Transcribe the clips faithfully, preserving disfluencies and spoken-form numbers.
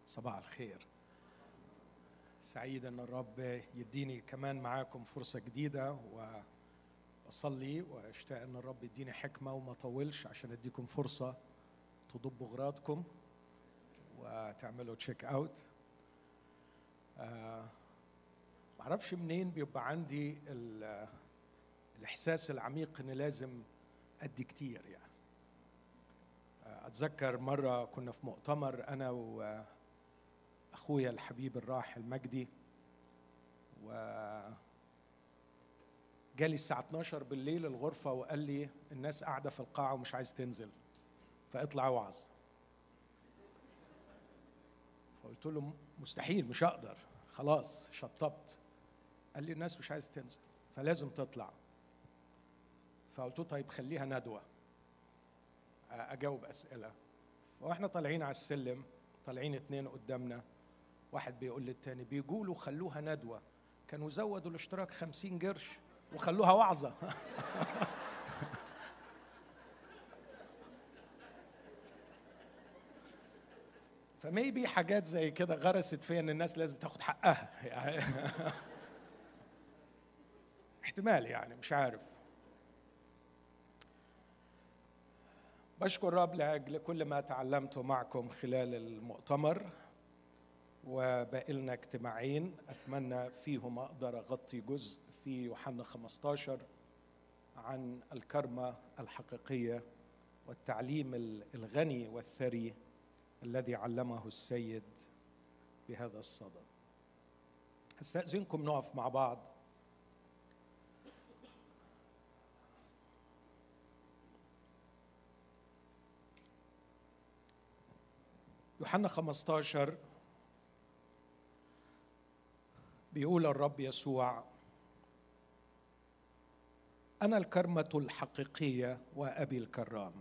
صباح الخير. سعيد أن الرب يديني كمان معاكم فرصة جديدة، وأصلي وأشتاق أن الرب يديني حكمة وما طولش عشان أديكم فرصة تضبوا غراضكم وتعملوا تشيك أوت. آه معرفش منين بيبقى عندي الإحساس العميق أن لازم أدي كتير. يعني آه أتذكر مرة كنا في مؤتمر أنا و أخويا الحبيب الراحل مجدي، وجالي الساعة اتناشر بالليل الغرفة وقال لي الناس قاعدة في القاعة ومش عايز تنزل، فاطلع اوعظ. فقلت له مستحيل، مش هقدر، خلاص شطبت. قال لي الناس مش عايز تنزل فلازم تطلع. فقلت له طيب خليها ندوة أجاوب أسئلة. واحنا طالعين على السلم، طالعين اتنين قدامنا، واحد بيقول للتاني بيقولوا خلوها ندوة، كانوا زودوا الاشتراك خمسين قرش وخلوها وعظة. فميبي حاجات زي كده غرست فيا ان الناس لازم تاخد حقها. يعني احتمال، يعني مش عارف. بشكر الرب لأجل كل ما تعلمته معكم خلال المؤتمر، وباقي لنا اجتماعين أتمنى فيهم أقدر أغطي جزء في يوحنا خمسة عشر عن الكرمة الحقيقية والتعليم الغني والثري الذي علمه السيد بهذا الصدد. أستأذنكم نقف مع بعض. يوحنا خمسة عشر بيقول الرب يسوع: أنا الكرمة الحقيقية وأبي الكرام،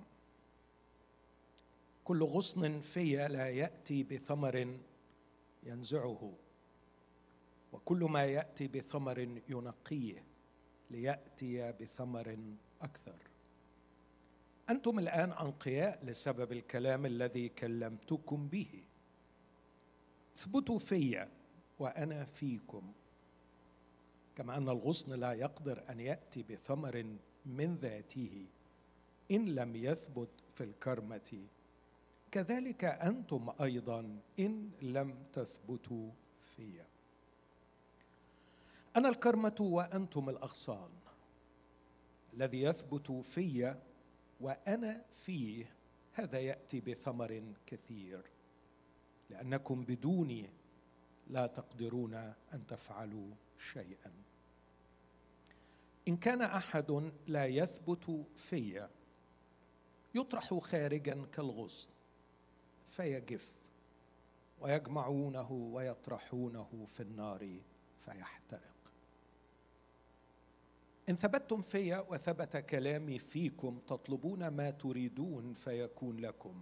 كل غصن في لا يأتي بثمر ينزعه، وكل ما يأتي بثمر ينقيه ليأتي بثمر أكثر. أنتم الآن أنقياء لسبب الكلام الذي كلمتكم به. اثبتوا في وأنا فيكم، كما أن الغصن لا يقدر أن يأتي بثمر من ذاته إن لم يثبت في الكرمة، كذلك أنتم أيضا إن لم تثبتوا في. أنا الكرمة وأنتم الأغصان، الذي يثبت في وأنا فيه هذا يأتي بثمر كثير، لأنكم بدوني لا تقدرون أن تفعلوا شيئا. إن كان أحد لا يثبت في يطرح خارجا كالغصن فيجف، ويجمعونه ويطرحونه في النار فيحترق. إن ثبتتم في وثبت كلامي فيكم تطلبون ما تريدون فيكون لكم.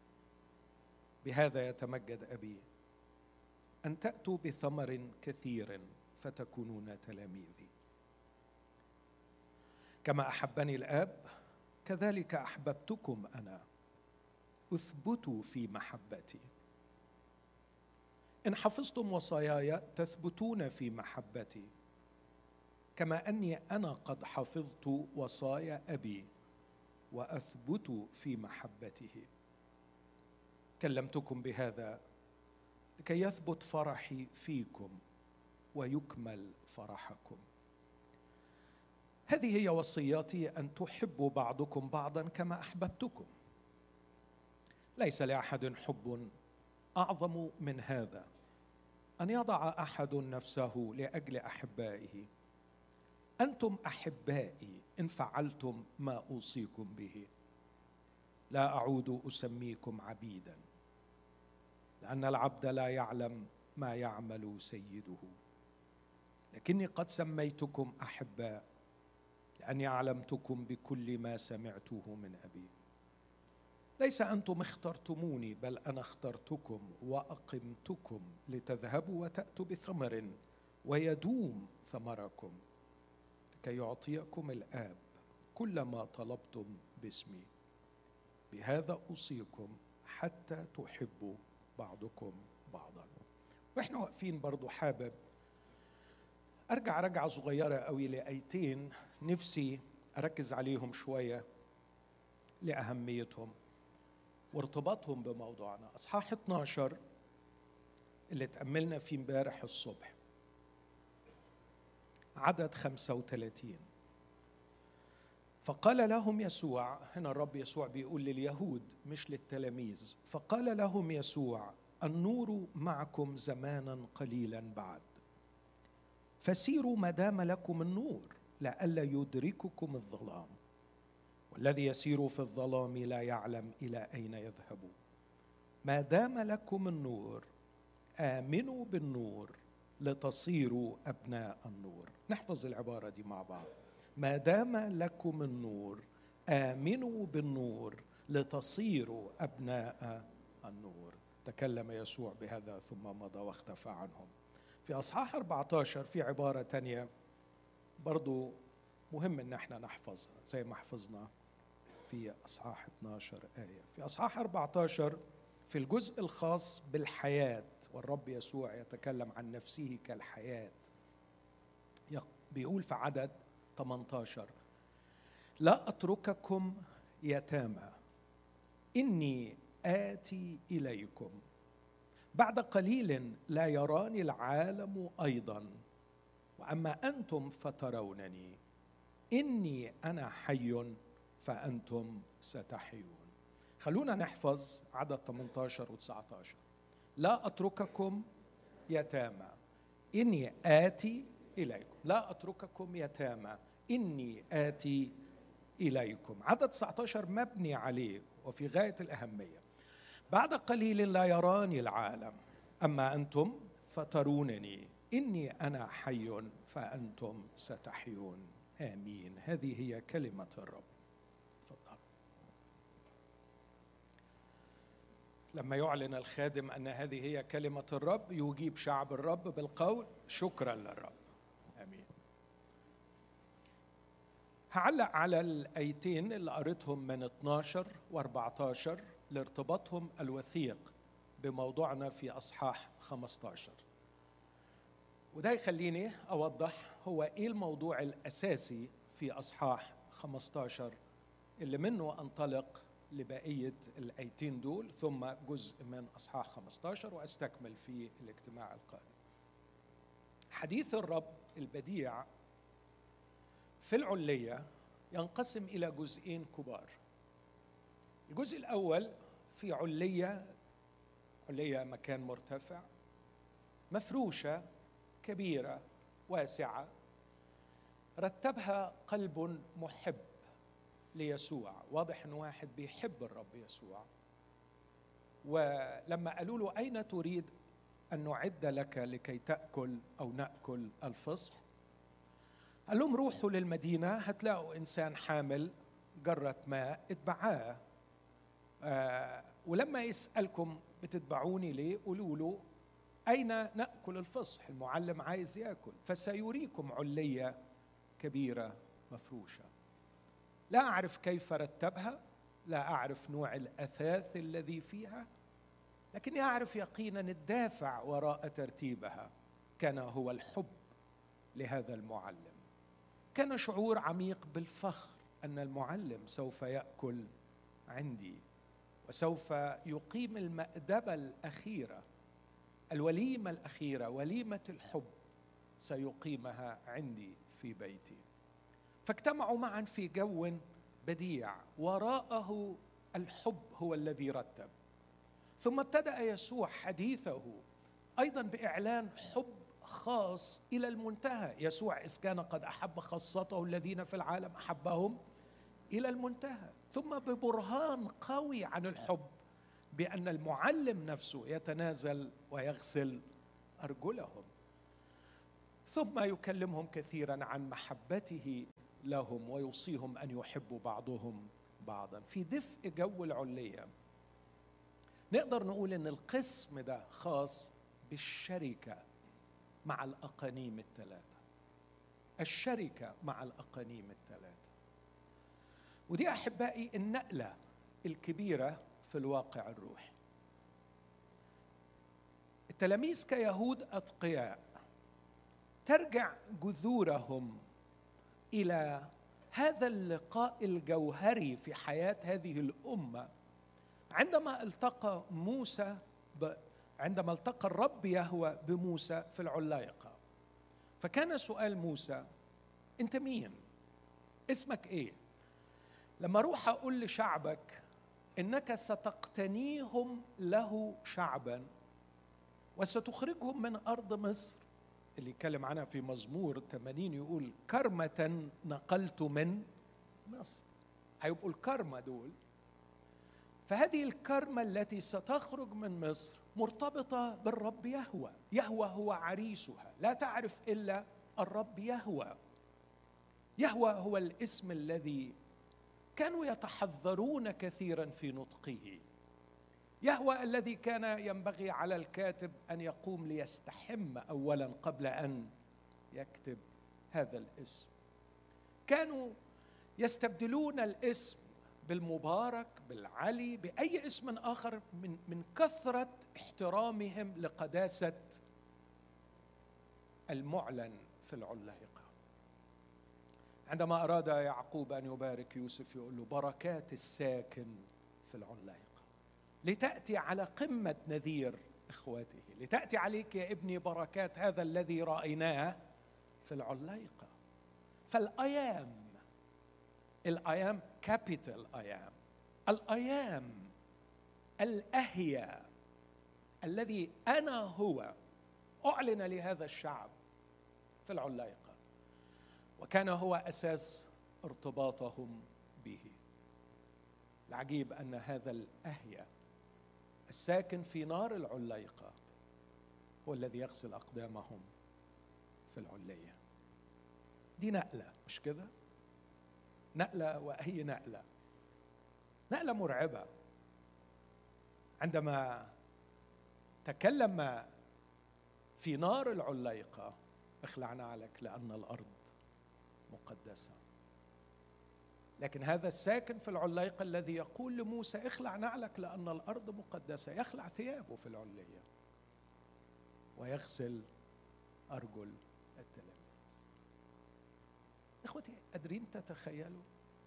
بهذا يتمجد أبي، أن تأتوا بثمر كثير فتكونون تلاميذي. كما أحبني الآب كذلك أحببتكم أنا، اثبتوا في محبتي. إن حفظتم وصاياي تثبتون في محبتي، كما أني أنا قد حفظت وصايا أبي وأثبت في محبته. كلمتكم بهذا لكي يثبت فرحي فيكم ويكمل فرحكم. هذه هي وصياتي، أن تحبوا بعضكم بعضا كما أحببتكم. ليس لأحد حب أعظم من هذا، أن يضع أحد نفسه لأجل أحبائه. أنتم أحبائي إن فعلتم ما أوصيكم به. لا أعود أسميكم عبيدا، لأن العبد لا يعلم ما يعمل سيده، لكني قد سميتكم أحباء، لأني علمتكم بكل ما سمعته من أبي. ليس أنتم اخترتموني، بل أنا اخترتكم وأقمتكم لتذهبوا وتأتوا بثمر ويدوم ثمركم، لكي يعطيكم الآب كل ما طلبتم باسمي. بهذا أوصيكم حتى تحبوا بعضكم بعضا. واحنا واقفين برضو حابب ارجع رجعه صغيره قوي لايتين نفسي اركز عليهم شويه لاهميتهم وارتباطهم بموضوعنا. اصحاح اتناشر اللي تأملنا فيه امبارح الصبح، عدد خمسة وثلاثين. فقال لهم يسوع، هنا الرب يسوع بيقول لليهود مش للتلاميذ، فقال لهم يسوع: النور معكم زمانا قليلا بعد، فسيروا ما دام لكم النور لئلا يدرككم الظلام، والذي يسير في الظلام لا يعلم إلى أين يذهب. ما دام لكم النور آمنوا بالنور لتصيروا أبناء النور. نحفظ العبارة دي مع بعض. ما دام لكم النور آمنوا بالنور لتصيروا أبناء النور. تكلم يسوع بهذا ثم مضى واختفى عنهم. في أصحاح أربعة عشر في عبارة تانية برضو مهم إن احنا نحفظها زي ما حفظنا في أصحاح اثنا عشر آية. في أصحاح أربعة عشر في الجزء الخاص بالحياة، والرب يسوع يتكلم عن نفسه كالحياة، بيقول في عدد ثمانية عشر: لا أترككم يتامى، إني آتي إليكم، بعد قليل لا يراني العالم أيضا، وأما أنتم فترونني، إني أنا حي فأنتم ستحيون. خلونا نحفظ عدد ثمانية عشر و تسعة عشر. لا أترككم يتامى إني آتي إليكم، لا أترككم يتامى إني آتي إليكم. عدد تسعة عشر مبني عليه وفي غاية الأهمية: بعد قليل لا يراني العالم، أما أنتم فترونني، إني أنا حي فأنتم ستحيون. آمين. هذه هي كلمة الرب. تفضل. لما يعلن الخادم أن هذه هي كلمة الرب يجيب شعب الرب بالقول شكرا للرب. آمين. هعلق على الآيتين اللي قريتهم من اثنا عشر و أربعة عشر لارتباطهم الوثيق بموضوعنا في أصحاح خمسة عشر، وده يخليني أوضح هو إيه الموضوع الأساسي في أصحاح خمسة عشر اللي منه أنطلق لبقية الآيتين دول ثم جزء من أصحاح خمسة عشر وأستكمل في الاجتماع القادم. حديث الرب البديع في العلية ينقسم إلى جزئين كبار. الجزء الأول في علية، علية مكان مرتفع مفروشة كبيرة واسعة، رتبها قلب محب ليسوع. واضح أن واحد بيحب الرب يسوع، ولما قالوا له أين تريد أن نعد لك لكي تأكل أو نأكل الفصح، قال لهم روحوا للمدينة هتلاقوا إنسان حامل جرة ماء اتبعاه، آه ولما يسألكم بتتبعوني ليه قولوا له أين نأكل الفصح، المعلم عايز يأكل، فسيريكم علية كبيرة مفروشة. لا أعرف كيف رتبها، لا أعرف نوع الأثاث الذي فيها، لكني أعرف يقينا الدافع وراء ترتيبها كان هو الحب لهذا المعلم. كان شعور عميق بالفخر أن المعلم سوف يأكل عندي وسوف يقيم المأدبة الأخيرة، الوليمة الأخيرة، وليمة الحب سيقيمها عندي في بيتي. فاجتمعوا معا في جو بديع وراءه الحب هو الذي رتب. ثم ابتدأ يسوع حديثه أيضا بإعلان حب خاص إلى المنتهى. يسوع إذ كان قد أحب خاصته الذين في العالم أحبهم إلى المنتهى، ثم ببرهان قوي عن الحب بأن المعلم نفسه يتنازل ويغسل أرجلهم، ثم يكلمهم كثيرا عن محبته لهم ويوصيهم أن يحبوا بعضهم بعضا. في دفء جو العلية نقدر نقول أن القسم ده خاص بالشركة مع الأقانيم الثلاثة، الشركة مع الأقانيم الثلاثة. ودي أحبائي النقلة الكبيرة في الواقع الروحي. التلاميذ كيهود أتقياء ترجع جذورهم إلى هذا اللقاء الجوهري في حياة هذه الأمة عندما التقى موسى ب... عندما التقى الرب يهوه بموسى في العلايقة. فكان سؤال موسى: أنت مين؟ اسمك إيه؟ لما أروح أقول لشعبك إنك ستقتنيهم له شعبا وستخرجهم من أرض مصر، اللي يتكلم عنها في مزمور ثمانين يقول: كرمة نقلت من مصر. هيبقوا الكرمة دول. فهذه الكرمة التي ستخرج من مصر مرتبطة بالرب يهوه. يهوه هو عريسها، لا تعرف إلا الرب يهوه. يهوه هو الاسم الذي كانوا يتحذرون كثيرا في نطقه. يهوه الذي كان ينبغي على الكاتب أن يقوم ليستحم أولا قبل أن يكتب هذا الاسم. كانوا يستبدلون الاسم بالمبارك، بالعلي، بأي اسم آخر من من كثرة احترامهم لقداسة المعلن في العلاقة. عندما أراد يعقوب أن يبارك يوسف يقول له: بركات الساكن في العلاقة لتأتي على قمة نذير إخواته، لتأتي عليك يا ابني بركات هذا الذي رأيناه في العلاقة. فالأيام، الأيام كابيتال أيام، الأيام الأهيا الذي أنا هو أعلن لهذا الشعب في العلاقة، وكان هو أساس ارتباطهم به. العجيب أن هذا الأهيا الساكن في نار العلاقة هو الذي يغسل أقدامهم في العلية. دي نقلة، مش كده؟ نقلة، وهي نقلة نقلة مرعبة. عندما تكلم في نار العلاقة: اخلع نعلك لأن الأرض مقدسة. لكن هذا الساكن في العلاقة الذي يقول لموسى: اخلع نعلك لأن الأرض مقدسة، يخلع ثيابه في العلية ويغسل أرجل التلاميذ. إخوتي، قادرين تتخيلوا؟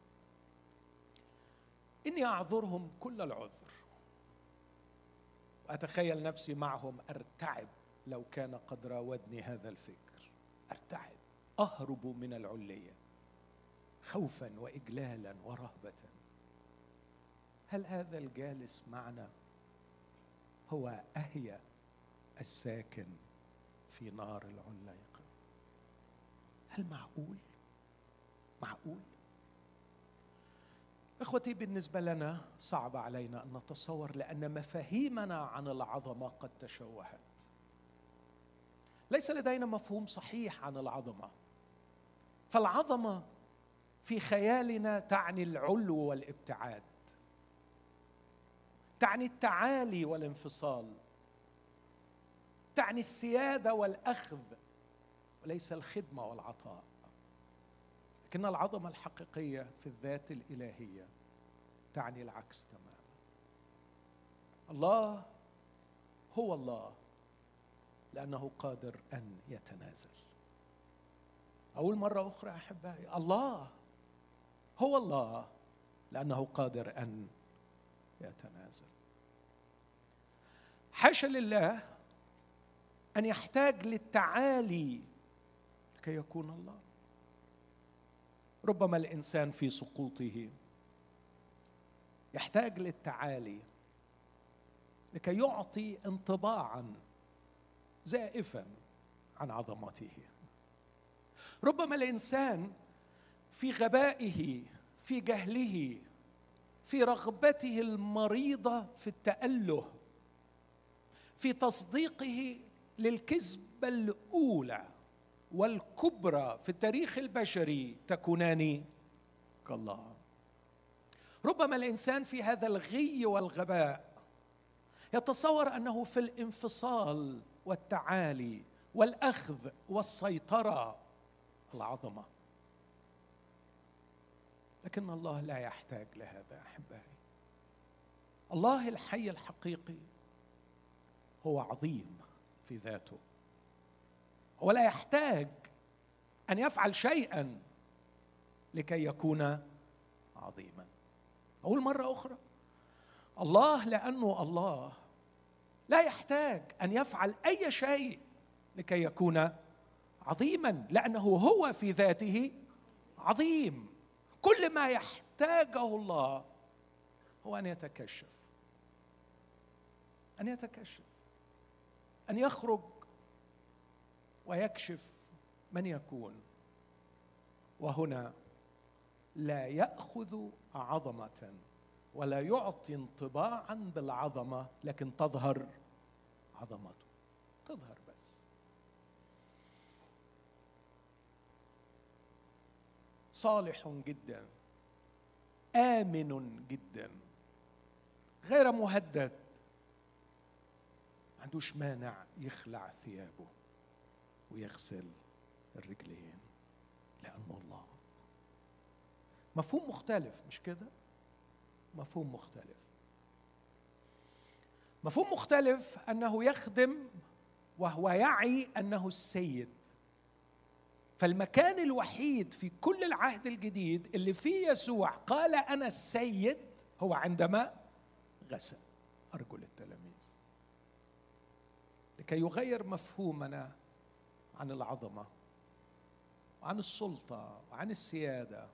إني أعذرهم كل العذر، وأتخيل نفسي معهم أرتعب لو كان قد راودني هذا الفكر. أرتعب، أهرب من العلية خوفا وإجلالا ورهبة. هل هذا الجالس معنا هو أهيا الساكن في نار العلاقة؟ هل معقول؟ معقول؟ إخوتي، بالنسبة لنا صعب علينا أن نتصور، لأن مفاهيمنا عن العظمة قد تشوهت. ليس لدينا مفهوم صحيح عن العظمة. فالعظمة في خيالنا تعني العلو والابتعاد، تعني التعالي والانفصال، تعني السيادة والأخذ وليس الخدمة والعطاء. لكن العظمة الحقيقية في الذات الإلهية تعني العكس تماما. الله هو الله لأنه قادر أن يتنازل. أقول مرة أخرى أحبائي: الله هو الله لأنه قادر أن يتنازل. حاشا لله أن يحتاج للتعالي لكي يكون الله. ربما الإنسان في سقوطه يحتاج للتعالي لكي يعطي انطباعا زائفا عن عظمته. ربما الإنسان في غبائه، في جهله، في رغبته المريضة في التأله، في تصديقه للكذبة الأولى والكبرى في التاريخ البشري: تكونان كالله. ربما الإنسان في هذا الغي والغباء يتصور أنه في الانفصال والتعالي والأخذ والسيطرة العظمة. لكن الله لا يحتاج لهذا أحبائي. الله الحي الحقيقي هو عظيم في ذاته. هو لا يحتاج أن يفعل شيئا لكي يكون عظيما. أقول مرة أخرى، الله لأنه الله لا يحتاج أن يفعل أي شيء لكي يكون عظيما، لأنه هو في ذاته عظيم. كل ما يحتاجه الله هو أن يتكشف، أن يتكشف، أن يخرج ويكشف من يكون. وهنا لا يأخذ عظمة ولا يعطي انطباعا بالعظمة، لكن تظهر عظمته، تظهر بس. صالح جدا، آمن جدا، غير مهدد، ما عندوش مانع يخلع ثيابه ويغسل الرجلين لأنه الله. مفهوم مختلف، مش كده؟ مفهوم مختلف. مفهوم مختلف أنه يخدم وهو يعي أنه السيد. فالمكان الوحيد في كل العهد الجديد اللي فيه يسوع قال أنا السيد هو عندما غسل أرجل التلاميذ، لكي يغير مفهومنا عن العظمة وعن السلطة وعن السيادة.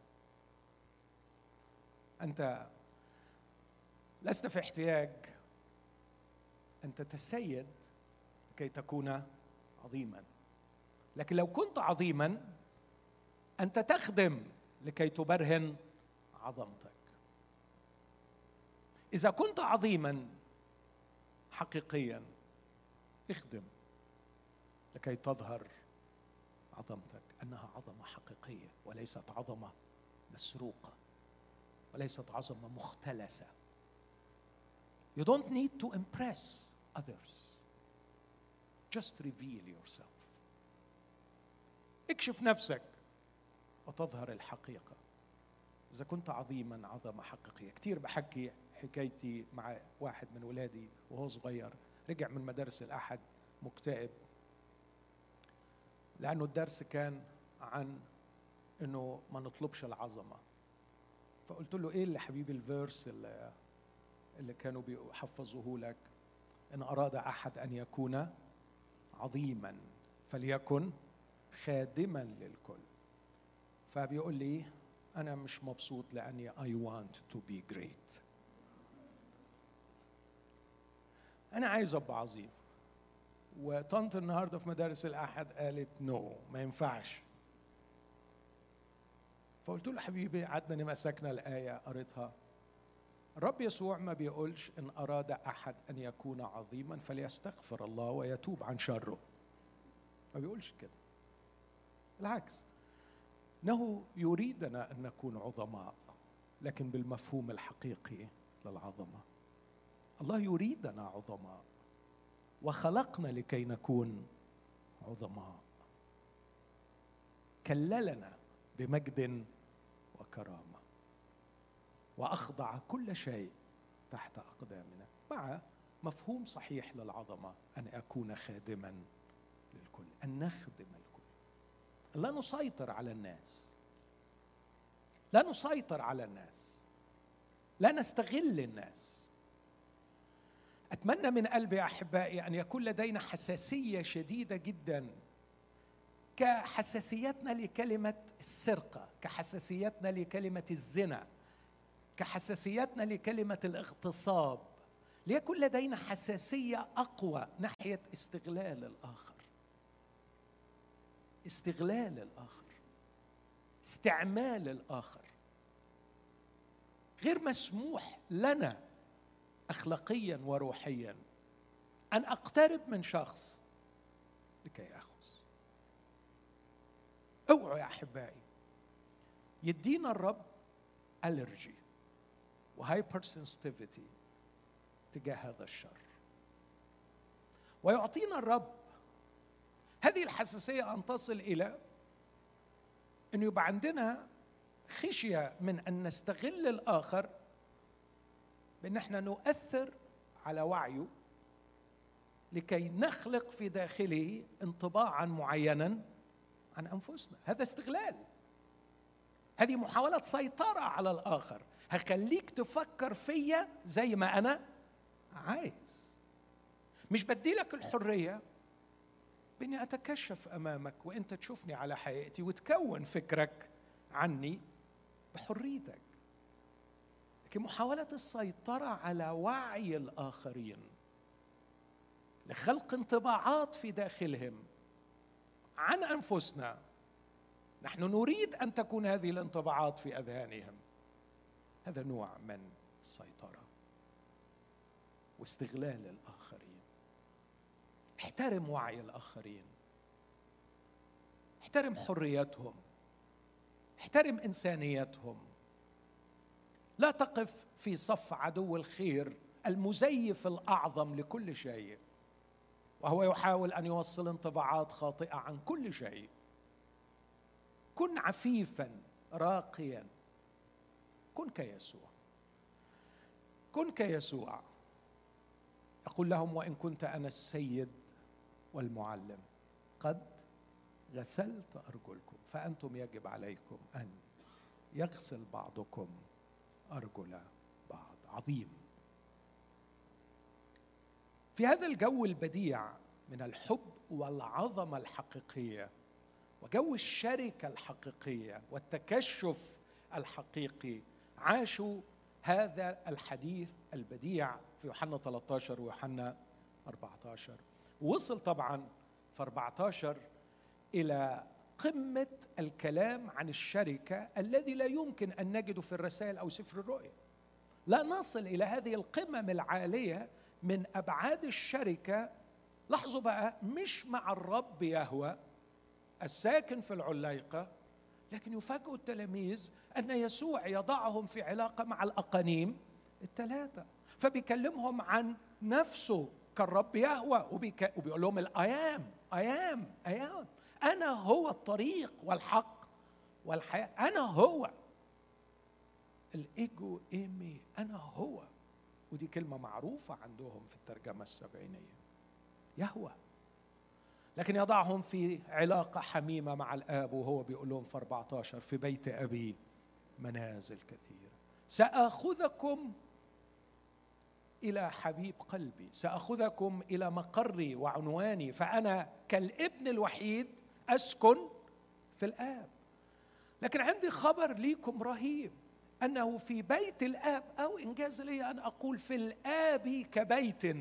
أنت لست في احتياج أن تتسيد كي تكون عظيما، لكن لو كنت عظيما أنت تخدم لكي تبرهن عظمتك. إذا كنت عظيما حقيقيا اخدم لكي تظهر عظمتك، أنها عظمة حقيقية وليست عظمة مسروقة، وليست عظمة مختلسة. You don't need to impress others. Just reveal yourself. اكشف نفسك وتظهر الحقيقة. إذا كنت عظيما عظمة حقيقية. كتير بحكي حكايتي مع واحد من ولادي وهو صغير، رجع من مدارس الأحد مكتئب لأنه الدرس كان عن إنه ما نطلبش العظمة. فقلت له إيه اللي حبيبي الفيرس اللي, اللي كانوا بيحفظوه لك؟ إن أراد أحد أن يكون عظيما فليكن خادما للكل. فبيقول لي أنا مش مبسوط لأني I want to be great. أنا عايز أبقى عظيم. وطنط النهاردة في مدارس الأحد قالت نو no, ما ينفعش. فقلت له حبيبي قعدنا مسكنا الآية قريتها. الرب يسوع ما بيقولش إن أراد أحد أن يكون عظيما فليستغفر الله ويتوب عن شره، ما بيقولش كده. بالعكس، إنه يريدنا أن نكون عظماء، لكن بالمفهوم الحقيقي للعظمة. الله يريدنا عظماء وخلقنا لكي نكون عظماء. كللنا بمجد وكرامة وأخضع كل شيء تحت أقدامنا، مع مفهوم صحيح للعظمة أن أكون خادما للكل، أن نخدم الكل. لا نسيطر على الناس، لا نسيطر على الناس، لا نستغل الناس. أتمنى من قلبي أحبائي أن يكون لدينا حساسية شديدة جدا، كحساسيتنا لكلمة السرقة، كحساسيتنا لكلمة الزنا، كحساسيتنا لكلمة الاغتصاب. ليكن لدينا حساسية أقوى ناحية استغلال الآخر، استغلال الآخر، استعمال الآخر. غير مسموح لنا أخلاقيا وروحيا أن أقترب من شخص لكي أخذ. اوعوا يا أحبائي يدينا الرب ألرجي وهايبر سنسيتيفيتي تجاه هذا الشر، ويعطينا الرب هذه الحساسية أن تصل إلى أن يبقى عندنا خشية من أن نستغل الآخر بأن احنا نؤثر على وعيه لكي نخلق في داخله انطباعا معينا عن أنفسنا. هذا استغلال، هذه محاولة سيطرة على الآخر. هخليك تفكر فيا زي ما أنا عايز. مش بدي لك الحرية بإني أتكشف أمامك وإنت تشوفني على حقيقتي وتكون فكرك عني بحريتك، لكن محاولة السيطرة على وعي الآخرين لخلق انطباعات في داخلهم عن أنفسنا. نحن نريد أن تكون هذه الانطباعات في أذهانهم. هذا نوع من السيطرة واستغلال الآخرين. احترم وعي الآخرين، احترم حريتهم، احترم إنسانيتهم. لا تقف في صف عدو الخير المزيف الأعظم لكل شيء، وهو يحاول أن يوصل انطباعات خاطئة عن كل شيء. كن عفيفاً راقياً، كن كيسوع، كن كيسوع. أقول لهم: وإن كنت أنا السيد والمعلم قد غسلت أرجلكم، فأنتم يجب عليكم أن يغسل بعضكم أرجل بعض. عظيم. في هذا الجو البديع من الحب والعظمة الحقيقية وجو الشركة الحقيقية والتكشف الحقيقي، عاشوا هذا الحديث البديع في يوحنا ثلاثة عشر ويوحنا أربعة عشر. وصل طبعا في أربعة عشر إلى قمة الكلام عن الشركة الذي لا يمكن أن نجده في الرسائل أو سفر الرؤيا. لا نصل إلى هذه القمم العالية من أبعاد الشركة. لاحظوا بقى، مش مع الرب يهوه الساكن في العليقة، لكن يفاجئوا التلاميذ أن يسوع يضعهم في علاقة مع الأقانيم الثلاثة، فبيكلمهم عن نفسه كالرب يهوه، وبيك... وبيقول لهم الأيام أيام أيام أنا هو الطريق والحق والحياة. أنا هو الإيجو إيمي، أنا هو. ودي كلمة معروفة عندهم في الترجمة السبعينية، يهوه. لكن يضعهم في علاقة حميمة مع الآب، وهو بيقول لهم في أربعة عشر: في بيت أبي منازل كثيرة، سأخذكم إلى حبيب قلبي، سأخذكم إلى مقري وعنواني، فأنا كالابن الوحيد أسكن في الآب. لكن عندي خبر ليكم رهيب، أنه في بيت الآب، أو إنجاز لي أن أقول في الآب كبيت،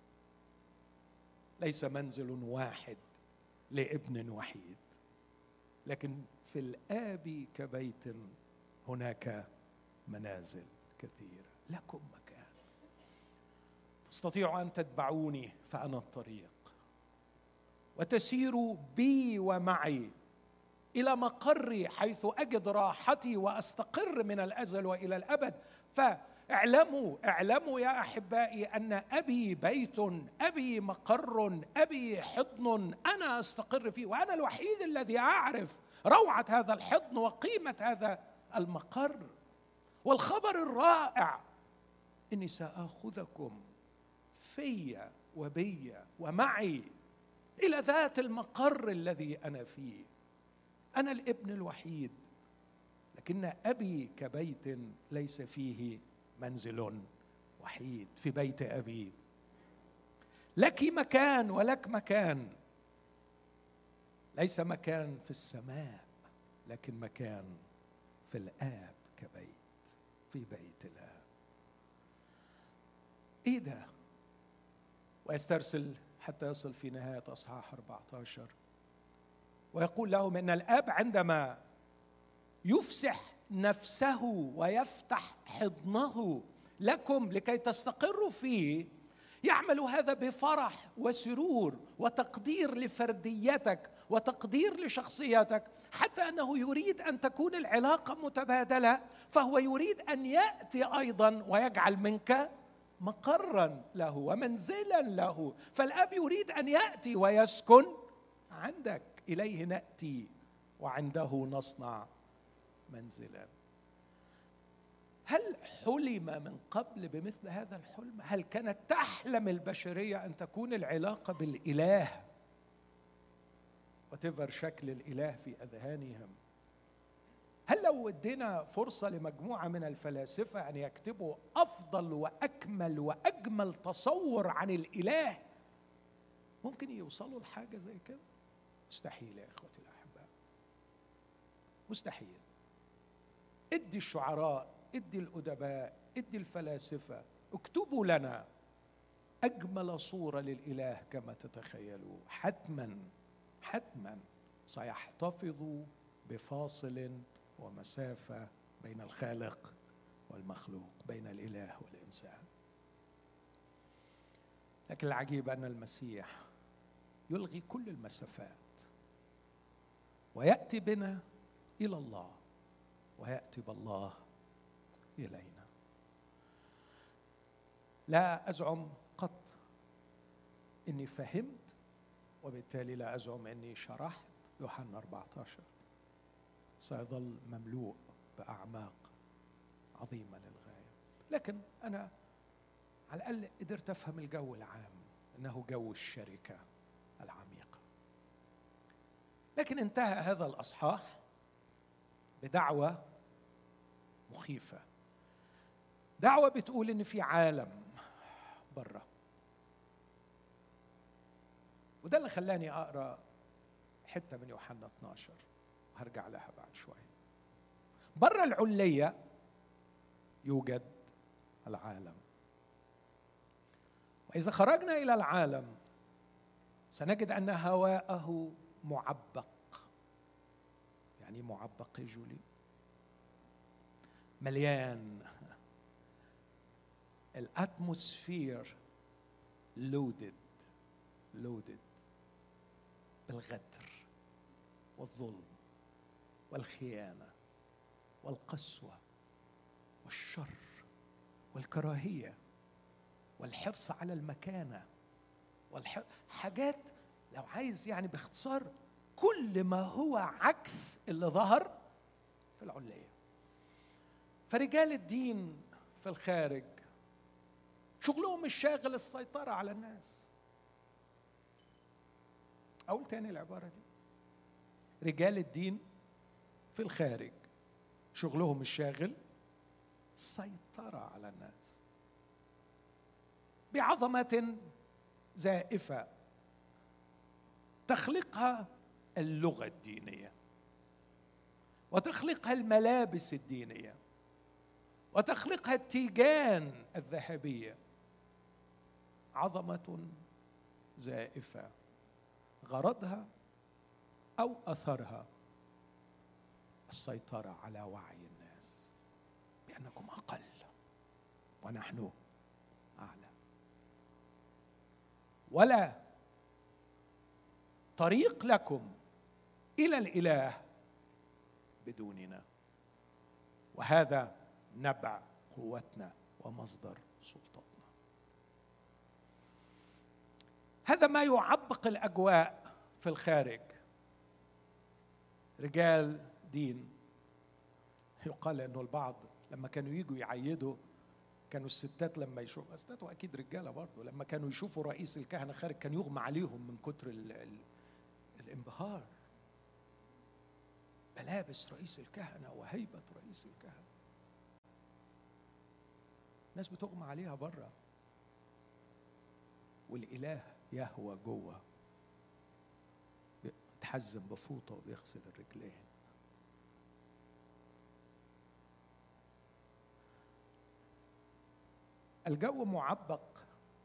ليس منزل واحد لابن وحيد، لكن في الآب كبيت هناك منازل كثيرة. لكم مكان، تستطيعوا أن تتبعوني فأنا الطريق، وتسيروا بي ومعي إلى مقري حيث أجد راحتي وأستقر من الأزل وإلى الأبد. فاعلموا اعلموا يا أحبائي أن أبي بيت، أبي مقر، أبي حضن أنا أستقر فيه، وأنا الوحيد الذي أعرف روعة هذا الحضن وقيمة هذا المقر. والخبر الرائع إني سأخذكم في وبي ومعي إلى ذات المقر الذي أنا فيه. أنا الابن الوحيد، لكن أبي كبيت ليس فيه منزل وحيد. في بيت أبي لك مكان ولك مكان، ليس مكان في السماء لكن مكان في الآب كبيت، في بيت الآب. إيه ده؟ ويسترسل حتى يصل في نهاية أصحاح أربعة عشر ويقول لهم إن الآب عندما يفسح نفسه ويفتح حضنه لكم لكي تستقروا فيه، يعمل هذا بفرح وسرور وتقدير لفرديتك وتقدير لشخصيتك، حتى أنه يريد أن تكون العلاقة متبادلة، فهو يريد أن يأتي أيضا ويجعل منك مقرا له ومنزلا له. فالآب يريد أن يأتي ويسكن عندك، إليه نأتي وعنده نصنع منزلا. هل حلم من قبل بمثل هذا الحلم؟ هل كانت تحلم البشرية أن تكون العلاقة بالإله وتفر شكل الإله في أذهانهم؟ هل لو ادينا فرصة لمجموعة من الفلاسفة أن يكتبوا أفضل وأكمل وأجمل تصور عن الإله ممكن يوصلوا لحاجة زي كده؟ مستحيل يا إخوتي الأحباء، مستحيل. ادي الشعراء، ادي الأدباء، ادي الفلاسفة، اكتبوا لنا أجمل صورة للإله كما تتخيلوا، حتما حتما سيحتفظوا بفاصل ومسافة بين الخالق والمخلوق، بين الإله والإنسان. لكن العجيب أن المسيح يلغي كل المسافات ويأتي بنا إلى الله ويأتي بالله إلينا. لا أزعم قط إني فهمت، وبالتالي لا أزعم إني شرحت يوحنا أربعة عشر. سيظل مملوء بأعماق عظيمة للغاية، لكن أنا على الأقل قدرت أفهم الجو العام، إنه جو الشركة العميقة. لكن انتهى هذا الأصحاح بدعوة مخيفة، دعوة بتقول إن في عالم بره. وده اللي خلاني أقرأ حتة من يوحنا اثنا عشر، هرجع لها بعد شوية. بره العلية يوجد العالم، وإذا خرجنا إلى العالم سنجد أن هواءه معبق. يعني معبق يا جولي؟ مليان، الاتموسفير لودد لودد بالغدر والظلم والخيانة والقسوة والشر والكراهية والحرص على المكانة والحر... حاجات لو عايز يعني باختصار كل ما هو عكس اللي ظهر في العلية. فرجال الدين في الخارج شغلهم الشاغل السيطرة على الناس. أقول تاني العبارة دي، رجال الدين في الخارج شغلهم الشاغل السيطرة على الناس بعظمة زائفة تخلقها اللغة الدينية، وتخلقها الملابس الدينية، وتخلقها التيجان الذهبية. عظمة زائفة غرضها أو أثرها السيطرة على وعي الناس بأنكم أقل ونحن أعلى، ولا طريق لكم إلى الإله بدوننا، وهذا نبع قوتنا ومصدر سلطتنا. هذا ما يعبق الأجواء في الخارج. رجال دين، يقال أنه البعض لما كانوا يجوا يعيدوا، كانوا الستات لما يشوفوا، الستات وأكيد رجالة برضو، لما كانوا يشوفوا رئيس الكهنة خارج كان يغمى عليهم من كتر ال ال الانبهار ملابس رئيس الكهنة وهيبة رئيس الكهنة. ناس بتغمى عليها بره، والإله يهوى جوه بيتحزم بفوطة وبيغسل الرجلين. الجو معبق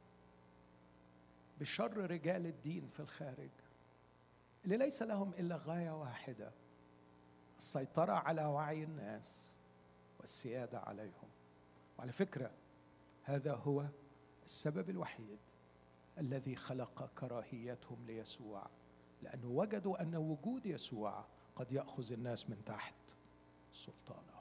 بشر رجال الدين في الخارج اللي ليس لهم إلا غاية واحدة، السيطرة على وعي الناس والسيادة عليهم. وعلى فكرة هذا هو السبب الوحيد الذي خلق كراهيتهم ليسوع، لأنه وجدوا أن وجود يسوع قد يأخذ الناس من تحت سلطانه.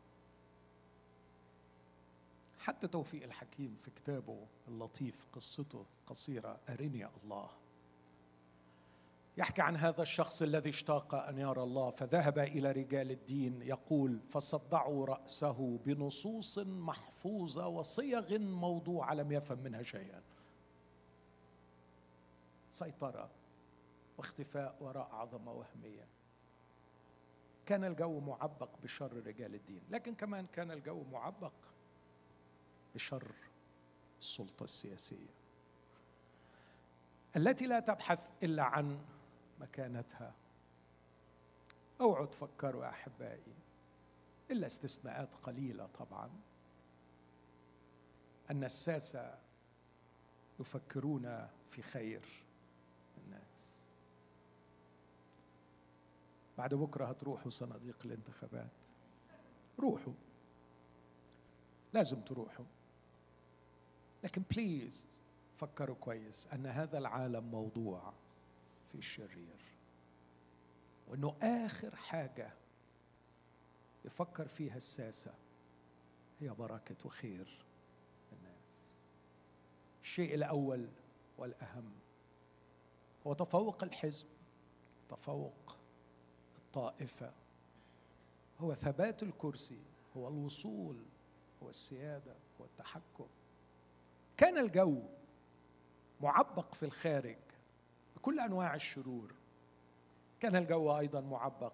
حتى توفيق الحكيم في كتابه اللطيف قصته قصيرة أرني الله، يحكي عن هذا الشخص الذي اشتاق أن يرى الله، فذهب إلى رجال الدين يقول: فصدعوا رأسه بنصوص محفوظة وصيغ موضوعة لم يفهم منها شيئا. سيطرة واختفاء وراء عظمة وهمية. كان الجو معبق بشر رجال الدين، لكن كمان كان الجو معبق بشر السلطة السياسية التي لا تبحث إلا عن مكانتها. اوعوا تفكروا يا أحبائي، إلا استثناءات قليلة طبعا، أن الساسة يفكرون في خير الناس. بعد بكرة هتروحوا صناديق الانتخابات، روحوا، لازم تروحوا، لكن بليز فكروا كويس أن هذا العالم موضوع في الشرير، وأنه آخر حاجة يفكر فيها الساسة هي بركة وخير الناس. الشيء الأول والأهم هو تفوق الحزب، تفوق الطائفة، هو ثبات الكرسي، هو الوصول، هو السيادة، هو التحكم. كان الجو معبق في الخارج بكل أنواع الشرور، كان الجو أيضا معبق،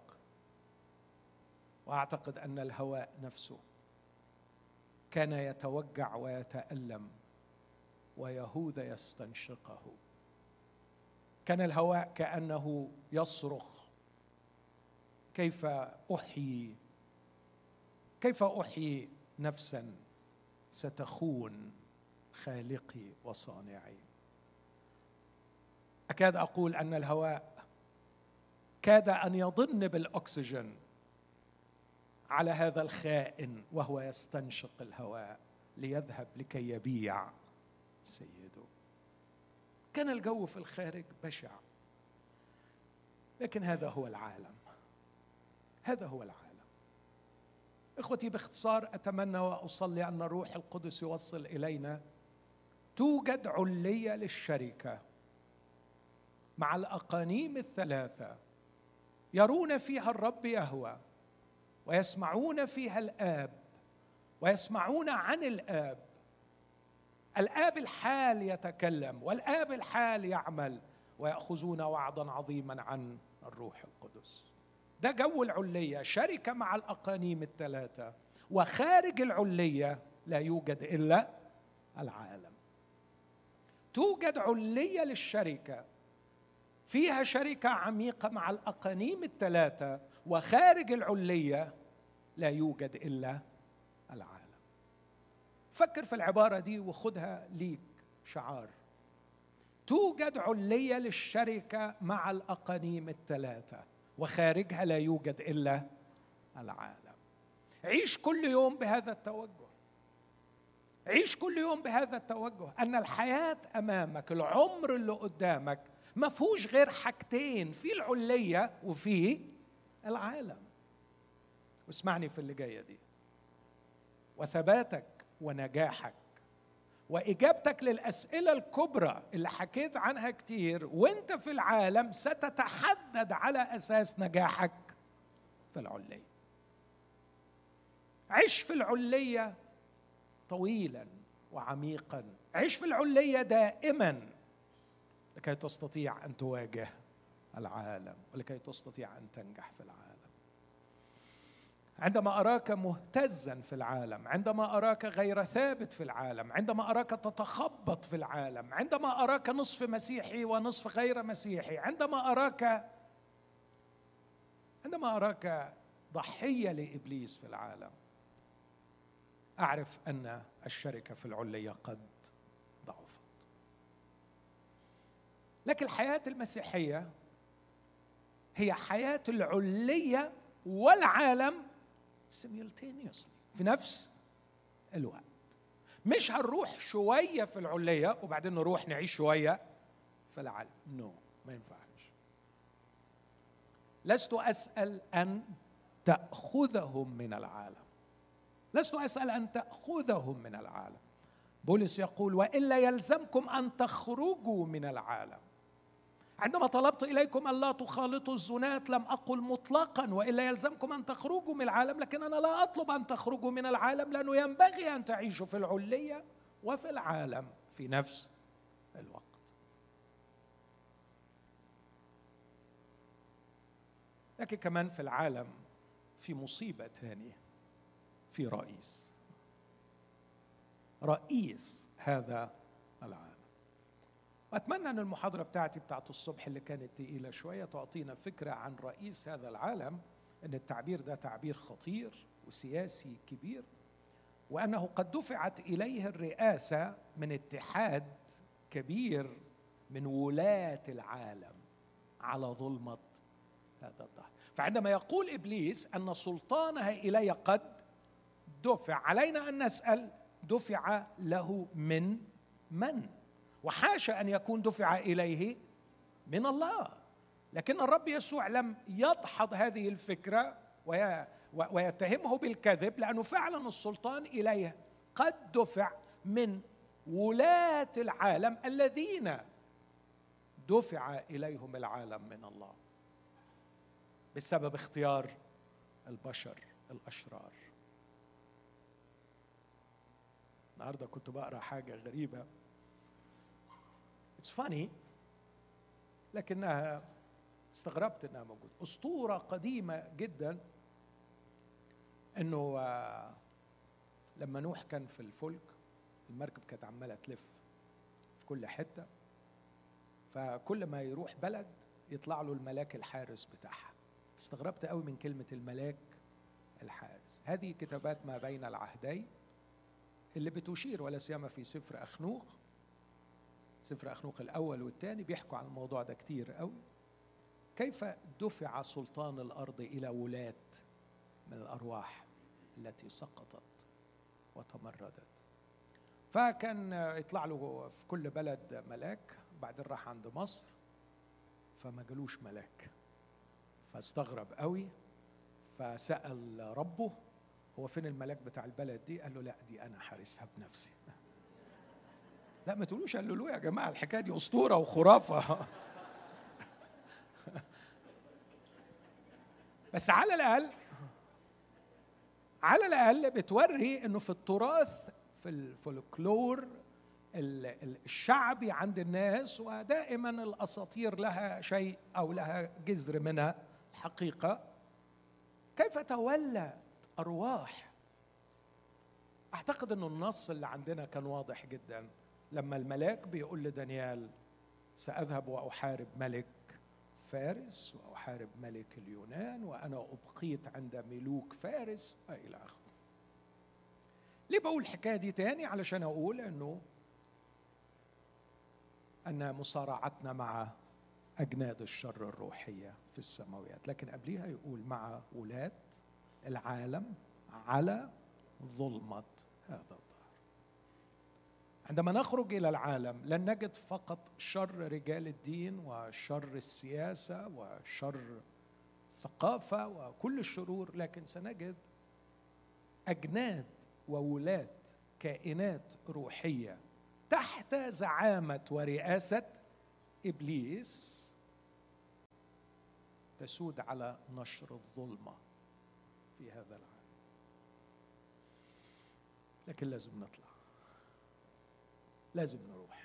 وأعتقد أن الهواء نفسه كان يتوجع ويتألم ويهوذا يستنشقه. كان الهواء كأنه يصرخ: كيف أحيي كيف أحيي نفسا ستخون خالقي وصانعي. أكاد أقول أن الهواء كاد أن يضن بالأكسجين على هذا الخائن وهو يستنشق الهواء ليذهب لكي يبيع سيده. كان الجو في الخارج بشع، لكن هذا هو العالم، هذا هو العالم. إخوتي، باختصار أتمنى وأصلي أن الروح القدس يوصل إلينا: توجد علية للشركة مع الأقانيم الثلاثة يرون فيها الرب يهوه، ويسمعون فيها الآب، ويسمعون عن الآب. الآب الحال يتكلم، والآب الحال يعمل، ويأخذون وعدا عظيما عن الروح القدس. ده جو العلية، شركة مع الأقانيم الثلاثة، وخارج العلية لا يوجد إلا العالم. توجد علية للشركة فيها شركة عميقة مع الأقانيم الثلاثة، وخارج العلية لا يوجد إلا العالم. فكر في العبارة دي وخدها ليك شعار: توجد علية للشركة مع الأقانيم الثلاثة، وخارجها لا يوجد إلا العالم. عيش كل يوم بهذا التوجه، عيش كل يوم بهذا التوجه، أن الحياة أمامك، العمر اللي قدامك ما فيهوش غير حاجتين، في العلية وفي العالم. واسمعني في اللي جاية دي: وثباتك ونجاحك وإجابتك للأسئلة الكبرى اللي حكيت عنها كتير وانت في العالم ستتحدد على أساس نجاحك في العلية. عش في العلية طويلا وعميقا، عش في العلية دائما لكي تستطيع أن تواجه العالم، ولكي تستطيع أن تنجح في العالم. عندما أراك مهتزا في العالم، عندما أراك غير ثابت في العالم، عندما أراك تتخبط في العالم، عندما أراك نصف مسيحي ونصف غير مسيحي، عندما أراك عندما أراك ضحية لإبليس في العالم، أعرف أن الشركة في العلية قد ضعفت. لكن الحياة المسيحية هي حياة العلية والعالم simultaneously في نفس الوقت. مش هنروح شوية في العلية وبعدين نروح نعيش شوية في العالم، نو no, ما ينفعش. لست أسأل أن تأخذهم من العالم، لست أسأل أن تأخذهم من العالم. بولس يقول: وإلا يلزمكم أن تخرجوا من العالم. عندما طلبت إليكم ألا تخالطوا الزنات لم أقل مطلقا وإلا يلزمكم أن تخرجوا من العالم، لكن أنا لا أطلب أن تخرجوا من العالم، لأنه ينبغي أن تعيشوا في العلية وفي العالم في نفس الوقت. لكن كمان في العالم في مصيبة ثانية، في رئيس رئيس هذا العالم. وأتمنى أن المحاضرة بتاعتي بتاعت الصبح اللي كانت تقيلة شوية تعطينا فكرة عن رئيس هذا العالم، أن التعبير ده تعبير خطير وسياسي كبير، وأنه قد دفعت إليه الرئاسة من اتحاد كبير من ولاة العالم على ظلمة هذا الدهر. فعندما يقول إبليس أن سلطانها إلي قد دفع، علينا أن نسأل دفع له من من؟ وحاشا أن يكون دفع إليه من الله. لكن الرب يسوع لم يدحض هذه الفكرة ويتهمه بالكذب، لأنه فعلا السلطان إليه قد دفع من ولاة العالم الذين دفع إليهم العالم من الله بسبب اختيار البشر الأشرار. النهارده كنت بقرأ حاجة غريبة، It's funny، لكنها استغربت انها موجودة. أسطورة قديمة جدا انه لما نوح كان في الفلك، المركب كانت عمالة تلف في كل حتة، فكل ما يروح بلد يطلع له الملاك الحارس بتاعها. استغربت قوي من كلمة الملاك الحارس. هذه كتابات ما بين العهدين اللي بتشير، ولا سيما في سفر أخنوخ، سفر أخنوخ الأول والثاني بيحكوا عن الموضوع ده كتير قوي، كيف دفع سلطان الأرض إلى ولاة من الأرواح التي سقطت وتمردت. فكان يطلع له في كل بلد ملاك، بعدين راح عند مصر فما جالوش ملاك، فاستغرب قوي، فسأل ربه هو فين الملاك بتاع البلد دي؟ قال له لا دي أنا حارسها بنفسي. لا ما تقولوش قال له يا جماعة الحكاية دي أسطورة وخرافة. بس على الأقل على الأقل بتوري إنه في التراث، في الفولكلور الشعبي عند الناس، ودائما الأساطير لها شيء أو لها جذر منها الحقيقة، كيف تولى أرواح. أعتقد أنه النص اللي عندنا كان واضح جدا لما الملاك بيقول لدانيال سأذهب وأحارب ملك فارس وأحارب ملك اليونان وأنا أبقيت عند ملوك فارس إلى آخره. ليه بقول الحكاية دي تاني؟ علشان أقول أنه أن مصارعتنا مع أجناد الشر الروحية في السماويات، لكن قبليها يقول مع ولاة العالم على ظلمة هذا الدهر. عندما نخرج إلى العالم لن نجد فقط شر رجال الدين وشر السياسة وشر الثقافة وكل الشرور، لكن سنجد أجناد وولاة كائنات روحية تحت زعامة ورئاسة إبليس تسود على نشر الظلمة في هذا العالم. لكن لازم نطلع، لازم نروح،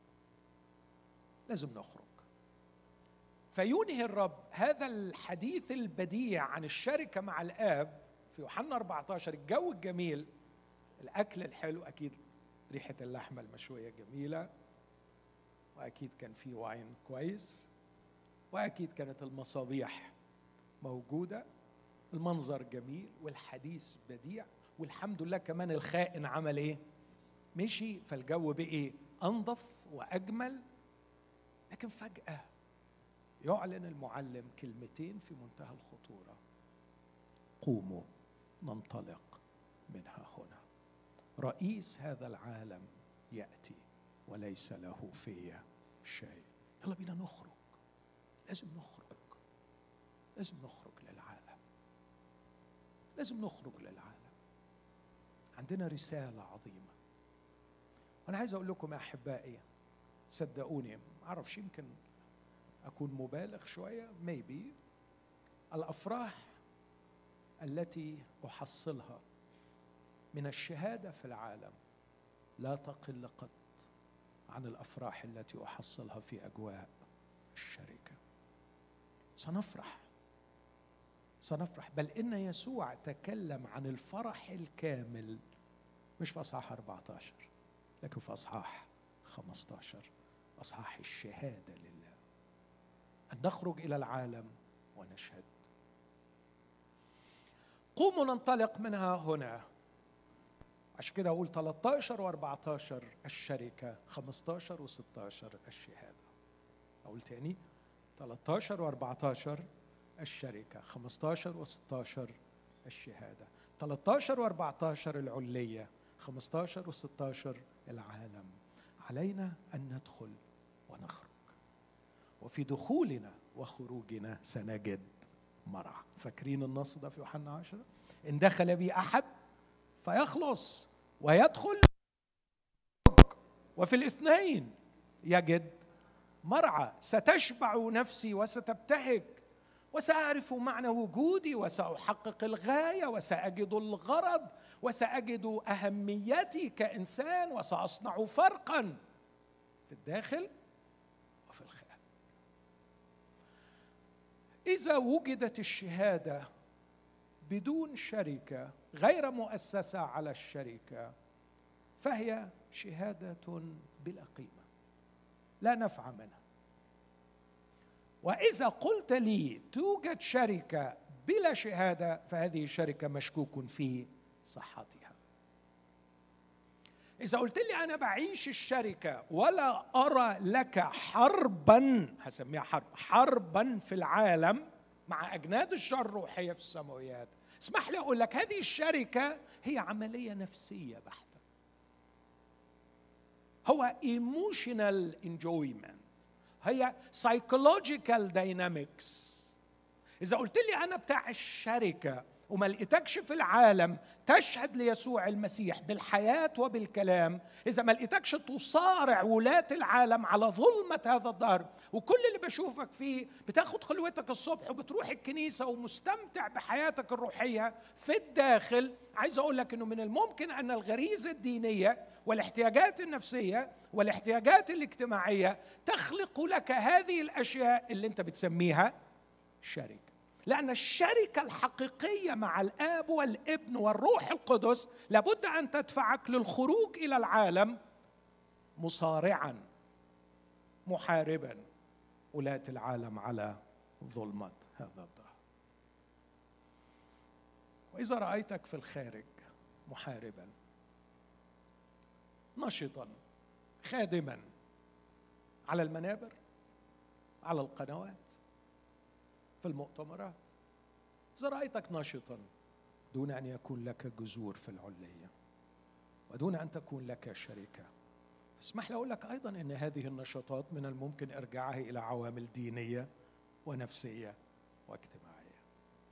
لازم نخرج. فينهي الرب هذا الحديث البديع عن الشركة مع الآب في يوحنا أربعة عشر، الجو الجميل، الأكل الحلو، أكيد ريحة اللحمة المشوية جميلة، وأكيد كان في واين كويس، وأكيد كانت المصابيح موجودة، المنظر جميل والحديث بديع، والحمد لله كمان الخائن عمل إيه؟ مشي، فالجو بقي أنظف وأجمل. لكن فجأة يعلن المعلم كلمتين في منتهى الخطورة: قوموا ننطلق منها هنا، رئيس هذا العالم يأتي وليس له في شيء. يلا بينا نخرج، لازم نخرج، لازم نخرج للعالم، لازم نخرج للعالم. عندنا رسالة عظيمة. أنا عايز أقول لكم يا أحبائي، صدقوني، ما أعرفش، يمكن أكون مبالغ شوية maybe، الأفراح التي أحصلها من الشهادة في العالم لا تقل قط عن الأفراح التي أحصلها في أجواء الشركة. سنفرح سنفرح بل إن يسوع تكلم عن الفرح الكامل مش في أصحاح أربعة عشر لكن في أصحاح خمسة عشر، أصحاح الشهادة لله، أن نخرج إلى العالم ونشهد. قوموا ننطلق منها هنا. عشان كده أقول ثلاثة عشر وأربعة عشر الشركة، خمسة عشر وستة عشر الشهادة. أقول تاني، ثلاثة عشر وأربعة عشر الشركة، خمسة عشر وستة عشر الشهادة، ثلاثة عشر وأربعة عشر العلية، خمسة عشر وستة عشر العالم. علينا أن ندخل ونخرج، وفي دخولنا وخروجنا سنجد مرعى. فاكرين النص ده في يوحنا عشرة؟ إن دخل بي أحد فيخلص ويدخل، وفي الاثنين يجد مرعى. ستشبع نفسي وستبتهج، وسأعرف معنى وجودي، وسأحقق الغاية، وسأجد الغرض، وسأجد أهميتي كإنسان، وسأصنع فرقاً في الداخل وفي الخارج. إذا وجدت الشهادة بدون شركة، غير مؤسسة على الشركة، فهي شهادة بلا قيمة لا نفع منها. وإذا قلت لي توجد شركة بلا شهادة، فهذه الشركة مشكوك في صحتها. إذا قلت لي أنا بعيش الشركة ولا أرى لك حرباً، هسميها حرب، حرباً في العالم مع أجناد الشر الروحية في السماويات، اسمح لي أقول لك هذه الشركة هي عملية نفسية بحتة. هو emotional enjoyment، هي psychological dynamics. إذا قلت لي أنا بتاع الشركة وما لقيتكش في العالم تشهد ليسوع المسيح بالحياة وبالكلام، إذا ما لقيتكش تصارع ولاة العالم على ظلمة هذا الدهر، وكل اللي بشوفك فيه بتاخد خلوتك الصبح وبتروح الكنيسة ومستمتع بحياتك الروحية في الداخل، عايز أقول لك أنه من الممكن أن الغريزة الدينية والاحتياجات النفسية والاحتياجات الاجتماعية تخلق لك هذه الأشياء اللي أنت بتسميها شركة. لأن الشركة الحقيقية مع الآب والابن والروح القدس لابد أن تدفعك للخروج إلى العالم مصارعاً محارباً ولاة العالم على ظلمة هذا الدهر. وإذا رأيتك في الخارج محارباً نشطاً خادماً على المنابر، على القنوات، في المؤتمرات، إذا رأيتك نشطاً دون أن يكون لك جذور في العلية ودون أن تكون لك شركة، اسمح لي أقول لك أيضاً أن هذه النشاطات من الممكن إرجاعها إلى عوامل دينية ونفسية واجتماعية.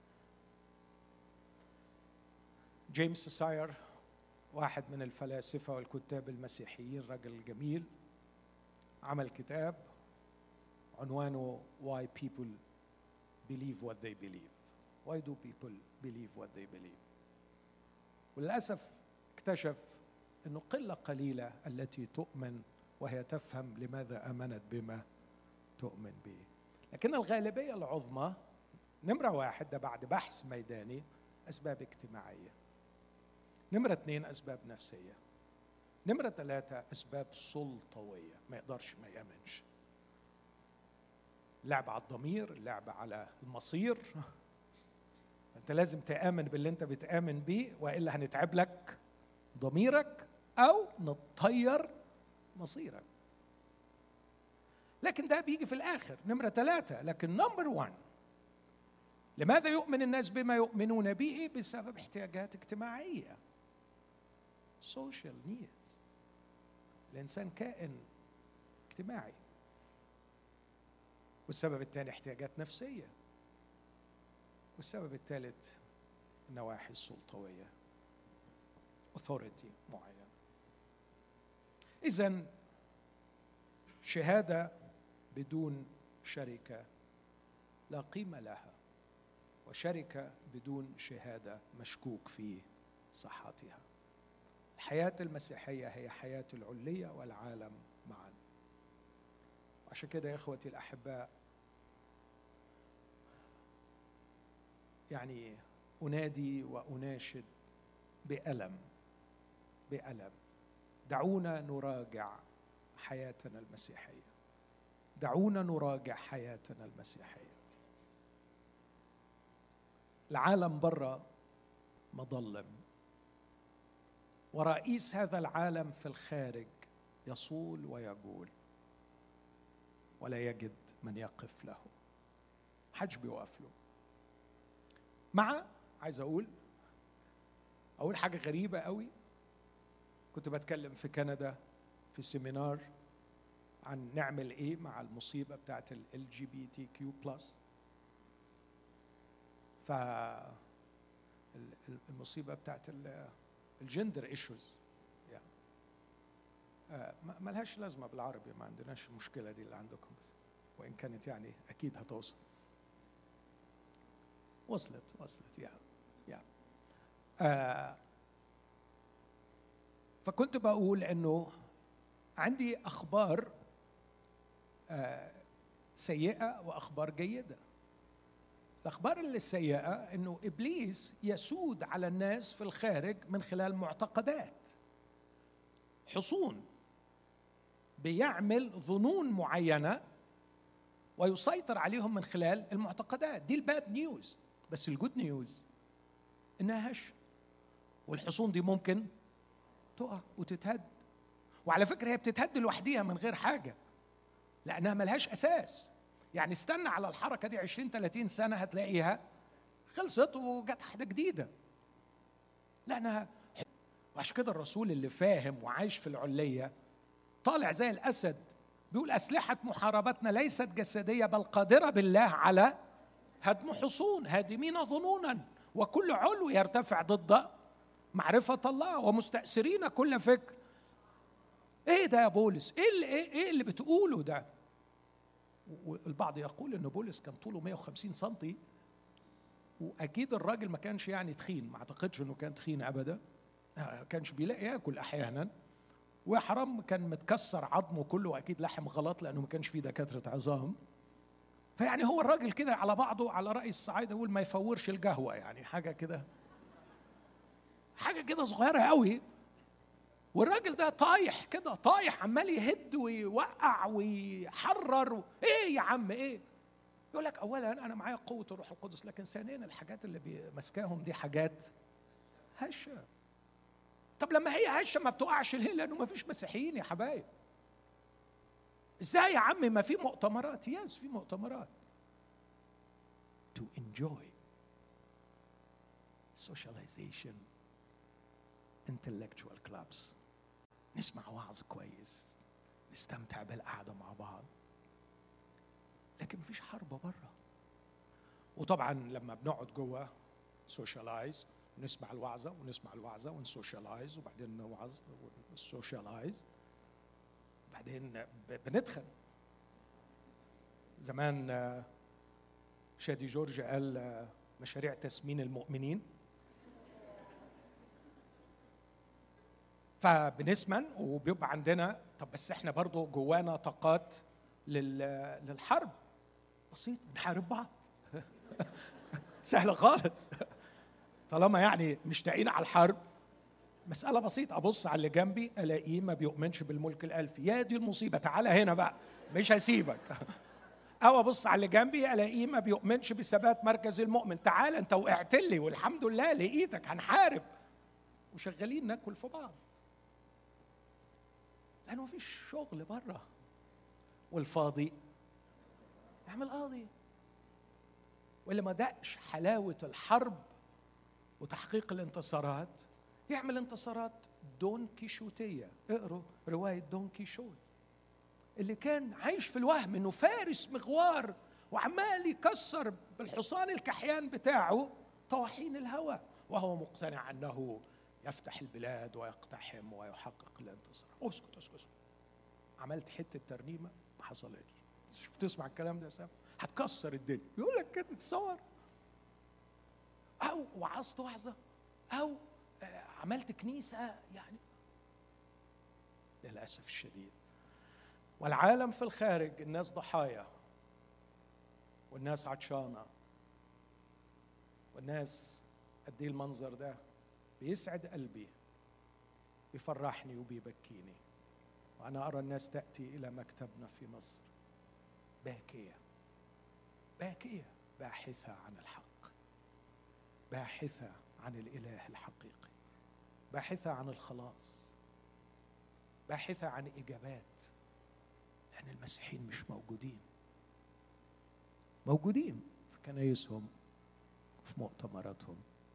جيمس ساير، واحد من الفلاسفة والكتاب المسيحيين، رجل جميل، عمل كتاب عنوانه Why People Believe What They Believe. Why do people believe what they believe? وللأسف اكتشف أنه قلة قليلة التي تؤمن وهي تفهم لماذا آمنت بما تؤمن به، لكن الغالبية العظمى، نمرة واحد ده بعد بحث ميداني، أسباب اجتماعية، نمرة اثنين أسباب نفسية، نمرة ثلاثة أسباب سلطوية، ما يقدرش ما يأمنش، لعب على الضمير، لعب على المصير. أنت لازم تآمن باللي أنت بتآمن بيه وإلا هنتعب لك ضميرك أو نطير مصيرك. لكن ده بيجي في الآخر، نمرة ثلاثة. لكن نمبر وان، لماذا يؤمن الناس بما يؤمنون به؟ بسبب احتياجات اجتماعية، social needs. الإنسان كائن اجتماعي. والسبب الثاني احتياجات نفسية. والسبب الثالث النواحي السلطوية، authority معين. إذن شهادة بدون شركة لا قيمة لها، وشركة بدون شهادة مشكوك في صحتها. الحياة المسيحية هي حياة العلية والعالم معا. عشان كده يا إخوتي الأحباء، يعني أنادي وأناشد بألم بألم، دعونا نراجع حياتنا المسيحية، دعونا نراجع حياتنا المسيحية. العالم برا مظلم، ورئيس هذا العالم في الخارج يصول ويجول ولا يجد من يقف له، محدش بيوقف له. مع عايز اقول اقول حاجه غريبه قوي. كنت بتكلم في كندا في سيمينار عن نعمل ايه مع المصيبه بتاعت ال جي بي تي كيو بلس. ف المصيبه بتاعت الجندر ايشوز يعني ما لهاش لازمه بالعربي، ما عندناش المشكله دي اللي عندكم، بس وان كانت يعني اكيد هتوصل. وصلت وصلت يعني يعني آه فكنت بقول انه عندي اخبار آه سيئه واخبار جيده. الاخبار اللي السيئه انه ابليس يسود على الناس في الخارج من خلال معتقدات، حصون، بيعمل ظنون معينه ويسيطر عليهم من خلال المعتقدات دي. الباد نيوز. بس الجود نيوز انها هش، والحصون دي ممكن تقع وتتهد. وعلى فكره هي بتتهد لوحديها من غير حاجه، لانها ملهاش اساس. يعني استنى على الحركه دي عشرين ثلاثين سنه هتلاقيها خلصت وجت حاجه جديده، لانها. وعشان كده الرسول اللي فاهم وعايش في العليه طالع زي الاسد بيقول اسلحه محاربتنا ليست جسديه بل قادره بالله على هدم حصون هادمين ظنونا وكل علو يرتفع ضد معرفه الله ومستأثرين كل فكر. ايه ده يا بولس؟ ايه اللي, إيه, ايه اللي بتقوله ده؟ والبعض يقول ان بولس كان طوله مئة وخمسين سنتي، واكيد الراجل ما كانش يعني تخين، ما اعتقدش انه كان تخين ابدا، ما كانش بيلاقي ياكل احيانا، وحرام كان متكسر عظمه كله، واكيد لحم غلط لانه ما كانش فيه دكاتره عظام. فيعني هو الراجل كده على بعضه، على رأي الصعايدة يقول ما يفورش القهوة، يعني حاجة كده حاجة كده صغيرة قوي. والراجل ده طايح كده، طايح عمال يهد ويوقع ويحرر و... ايه يا عم ايه؟ يقول لك اولا انا معايا قوة الروح القدس، لكن ثانيا الحاجات اللي بيمسكاهم دي حاجات هشة. طب لما هي هشة ما بتقعش ليه؟ لانه ما فيش مسيحيين يا حبايب. ازاي يا عم ما في مؤتمرات؟ يس في مؤتمرات to enjoy socialization intellectual clubs، نسمع وعظ كويس، نستمتع بالقعدة مع بعض، لكن مفيش حرب بره. وطبعا لما بنقعد جوه سوشيالايز، نسمع الوعظة ونسمع الوعظة ونسوشيالايز، وبعدين نوعظ ونسوشيالايز، بعدين بندخن. زمان شادي جورج قال مشاريع تسمين المؤمنين، فبنسمن وبيبقى عندنا. طب بس احنا برضو جوانا طاقات للحرب. بسيط، نحارب بعض سهلة خالص طالما يعني مشتاقين على الحرب. مسألة بسيطة، أبص على اللي جنبي ألاقيه ما بيؤمنش بالملك الألفي، يا دي المصيبة، تعالى هنا بقى مش هسيبك. أو أبص على اللي جنبي ألاقيه ما بيؤمنش بثبات مركز المؤمن، تعالى أنت وقعت لي والحمد لله لقيتك، هنحارب. وشغالين ناكل في بعض، لأنه مفيش شغل بره. والفاضي يعمل قاضي. واللي ما دقش حلاوة الحرب وتحقيق الانتصارات يعمل انتصارات دون كيشوتية. اقروا رواية دون كيشوت، اللي كان عايش في الوهم انه فارس مغوار وعمال يكسر بالحصان الكحيان بتاعه طواحين الهوى، وهو مقتنع انه يفتح البلاد ويقتحم ويحقق الانتصار. اسكت اسكت اسكت. عملت حتة ترنيمة ما حصلتش. مش بتسمع الكلام ده يا سام؟ هتكسر الدنيا. يقول لك كده، تصور. او وعظت وعظه، او عملت كنيسه، يعني للاسف الشديد. والعالم في الخارج الناس ضحايا، والناس عطشانه، والناس قد ايه المنظر ده بيسعد قلبي، بيفرحني وبيبكيني. وانا ارى الناس تاتي الى مكتبنا في مصر باكيه باكيه باحثه عن الحق، باحثه عن الاله الحقيقي، باحثه عن الخلاص، باحثه عن اجابات. لان المسيحيين مش موجودين، موجودين في كنايسهم، في مؤتمراتهم.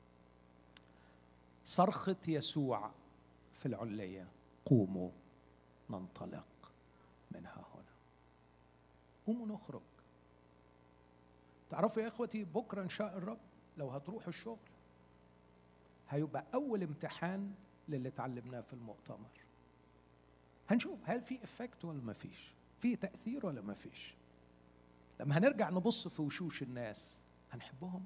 صرخة يسوع في العلية: قوموا ننطلق منها هنا. قوموا نخرج. تعرفوا يا اخوتي، بكرة ان شاء الرب لو هتروحوا الشغل هيبقى اول امتحان للي اتعلمناه في المؤتمر. هنشوف هل في افكت ولا ما فيش، في تأثير ولا ما فيش. لما هنرجع نبص في وشوش الناس هنحبهم،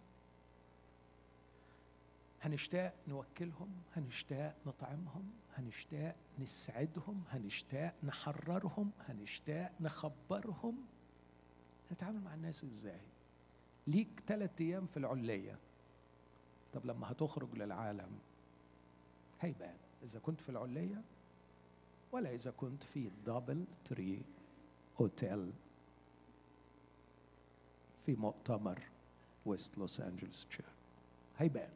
هنشتاق نوكلهم، هنشتاق نطعمهم، هنشتاق نسعدهم، هنشتاق نحررهم، هنشتاق نخبرهم. نتعامل مع الناس ازاي؟ ليك ثلاث ايام في العلية. طب لما هتخرج للعالم هيبان اذا كنت في العلية ولا اذا كنت في دبل تري اوتيل في مؤتمر ويست لوس أنجلوس تشير. هيبان.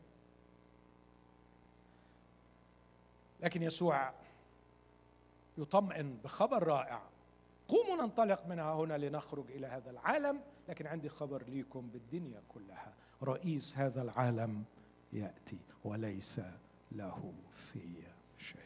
لكن يسوع يطمئن بخبر رائع: قوموا ننطلق منها هنا لنخرج إلى هذا العالم، لكن عندي خبر ليكم بالدنيا كلها. رئيس هذا العالم يأتي وليس له في شيء.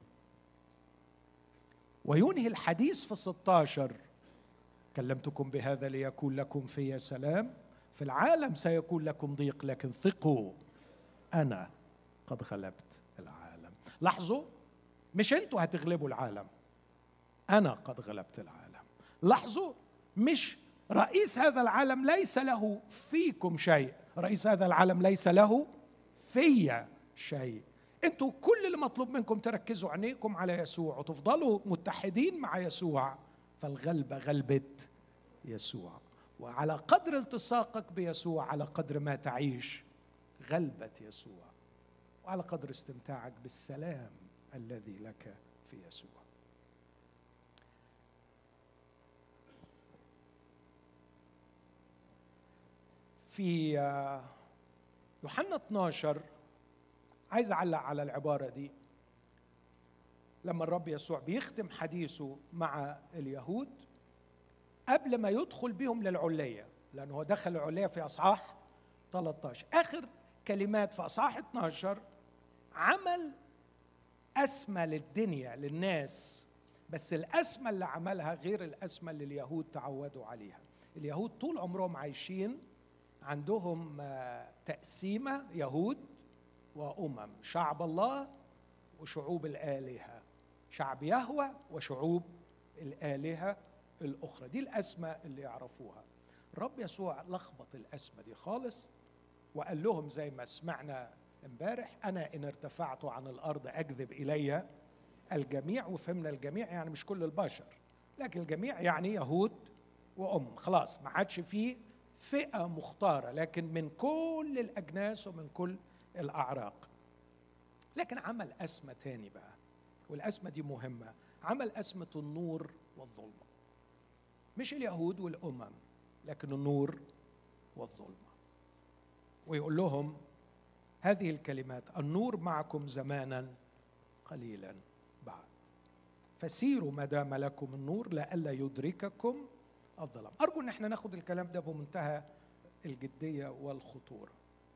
وينهي الحديث في ستة عشر: كلمتكم بهذا ليكون لكم في سلام، في العالم سيكون لكم ضيق، لكن ثقوا أنا قد غلبت العالم. لاحظوا، مش انتوا هتغلبوا العالم، أنا قد غلبت العالم. لاحظوا، مش رئيس هذا العالم ليس له فيكم شيء، رئيس هذا العالم ليس له في شيء. انتوا كل اللي مطلوب منكم تركزوا عينيكم على يسوع وتفضلوا متحدين مع يسوع، فالغلبة غلبة يسوع. وعلى قدر التصاقك بيسوع، على قدر ما تعيش غلبة يسوع، وعلى قدر استمتاعك بالسلام الذي لك في يسوع. في يوحنا اثناشر عايز أعلق على العبارة دي. لما الرب يسوع بيختم حديثه مع اليهود قبل ما يدخل بهم للعلية، لأنه هو دخل العلية في أصحاح ثلاثة عشر، آخر كلمات في أصحاح اثناشر عمل أسمى للدنيا للناس، بس الأسمى اللي عملها غير الأسمى اللي اليهود تعودوا عليها. اليهود طول عمرهم عايشين عندهم تقسيمة: يهود وأمم، شعب الله وشعوب الآلهة، شعب يهوه وشعوب الآلهة الأخرى. دي الأسمى اللي يعرفوها. الرب يسوع لخبط الأسمى دي خالص وقال لهم زي ما سمعنا امبارح: أنا إن ارتفعت عن الأرض أجذب إلي الجميع. وفهمنا الجميع يعني مش كل البشر، لكن الجميع يعني يهود وأم. خلاص ما عادش فيه فئة مختارة، لكن من كل الأجناس ومن كل الأعراق. لكن عمل أسمى تاني بقى، والأسمى دي مهمة. عمل أسمة النور والظلمة، مش اليهود والأمم، لكن النور والظلمة. ويقول لهم هذه الكلمات: النور معكم زمانا قليلا بعد، فسيروا ما دام لكم النور لئلا يدرككم الظلام. أرجو أن احنا ناخد الكلام ده بمنتهى الجدية والخطورة.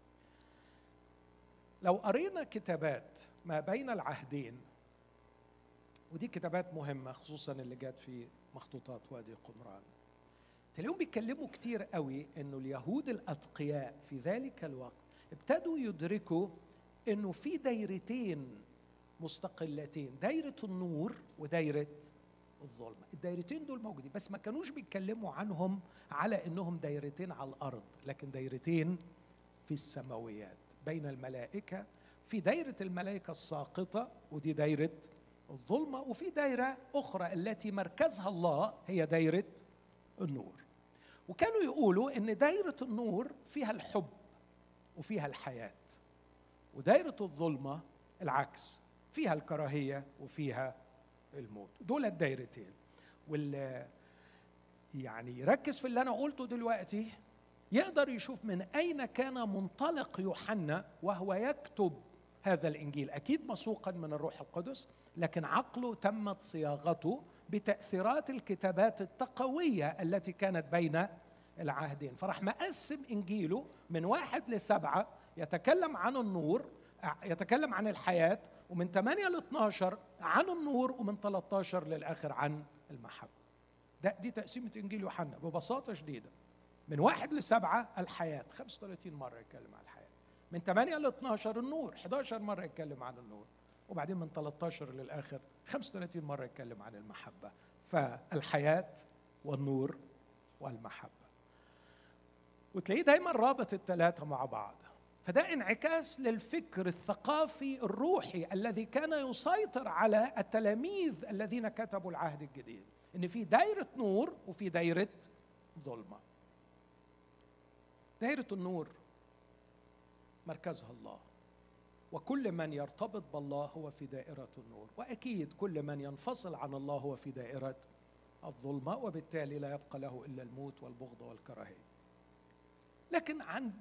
لو قرينا كتابات ما بين العهدين، ودي كتابات مهمة خصوصا اللي جات في مخطوطات وادي قمران، تلاقيهم بيتكلموا كتير قوي انه اليهود الاتقياء في ذلك الوقت ابتدوا يدركوا انه في دايرتين مستقلتين: دايرة النور ودايرة الظلمة. الدايرتين دول موجودين، بس ما كانوش بيتكلموا عنهم على انهم دايرتين على الارض، لكن دايرتين في السماويات بين الملائكة. في دايرة الملائكة الساقطة ودي دايرة الظلمة، وفي دايرة أخرى التي مركزها الله هي دايرة النور. وكانوا يقولوا إن دايرة النور فيها الحب وفيها الحياة، ودايرة الظلمة العكس، فيها الكراهية وفيها الموت. دول الدايرتين. واللي يعني يركز في اللي أنا قلته دلوقتي يقدر يشوف من أين كان منطلق يوحنا وهو يكتب هذا الإنجيل. أكيد مسوقا من الروح القدس، لكن عقله تمت صياغته بتأثيرات الكتابات التقوية التي كانت بين العهدين. فرح مقسم إنجيله من واحد لسبعة يتكلم عن النور، يتكلم عن الحياة، ومن ثمانية ل اثناشر عن النور، ومن ثلاثة عشر للآخر عن المحبة. ده دي تقسيمة إنجيل يوحنا ببساطة شديدة. من واحد لسبعة الحياة، خمسة وثلاثين مرة يتكلم عن الحياة. من ثمانية ل اثناشر النور، أحد عشر مرة يتكلم عن النور. وبعدين من ثلاثة عشر للآخر خمسة وثلاثين مرة يتكلم عن المحبة. فالحياة والنور والمحبة، وتلاقيه دايما رابط الثلاثة مع بعض. فده انعكاس للفكر الثقافي الروحي الذي كان يسيطر على التلاميذ الذين كتبوا العهد الجديد، إن في دايرة نور وفي دايرة ظلمة. دايرة النور مركزها الله، وكل من يرتبط بالله هو في دائرة النور، وأكيد كل من ينفصل عن الله هو في دائرة الظلمة، وبالتالي لا يبقى له إلا الموت والبغض والكراهية. لكن عند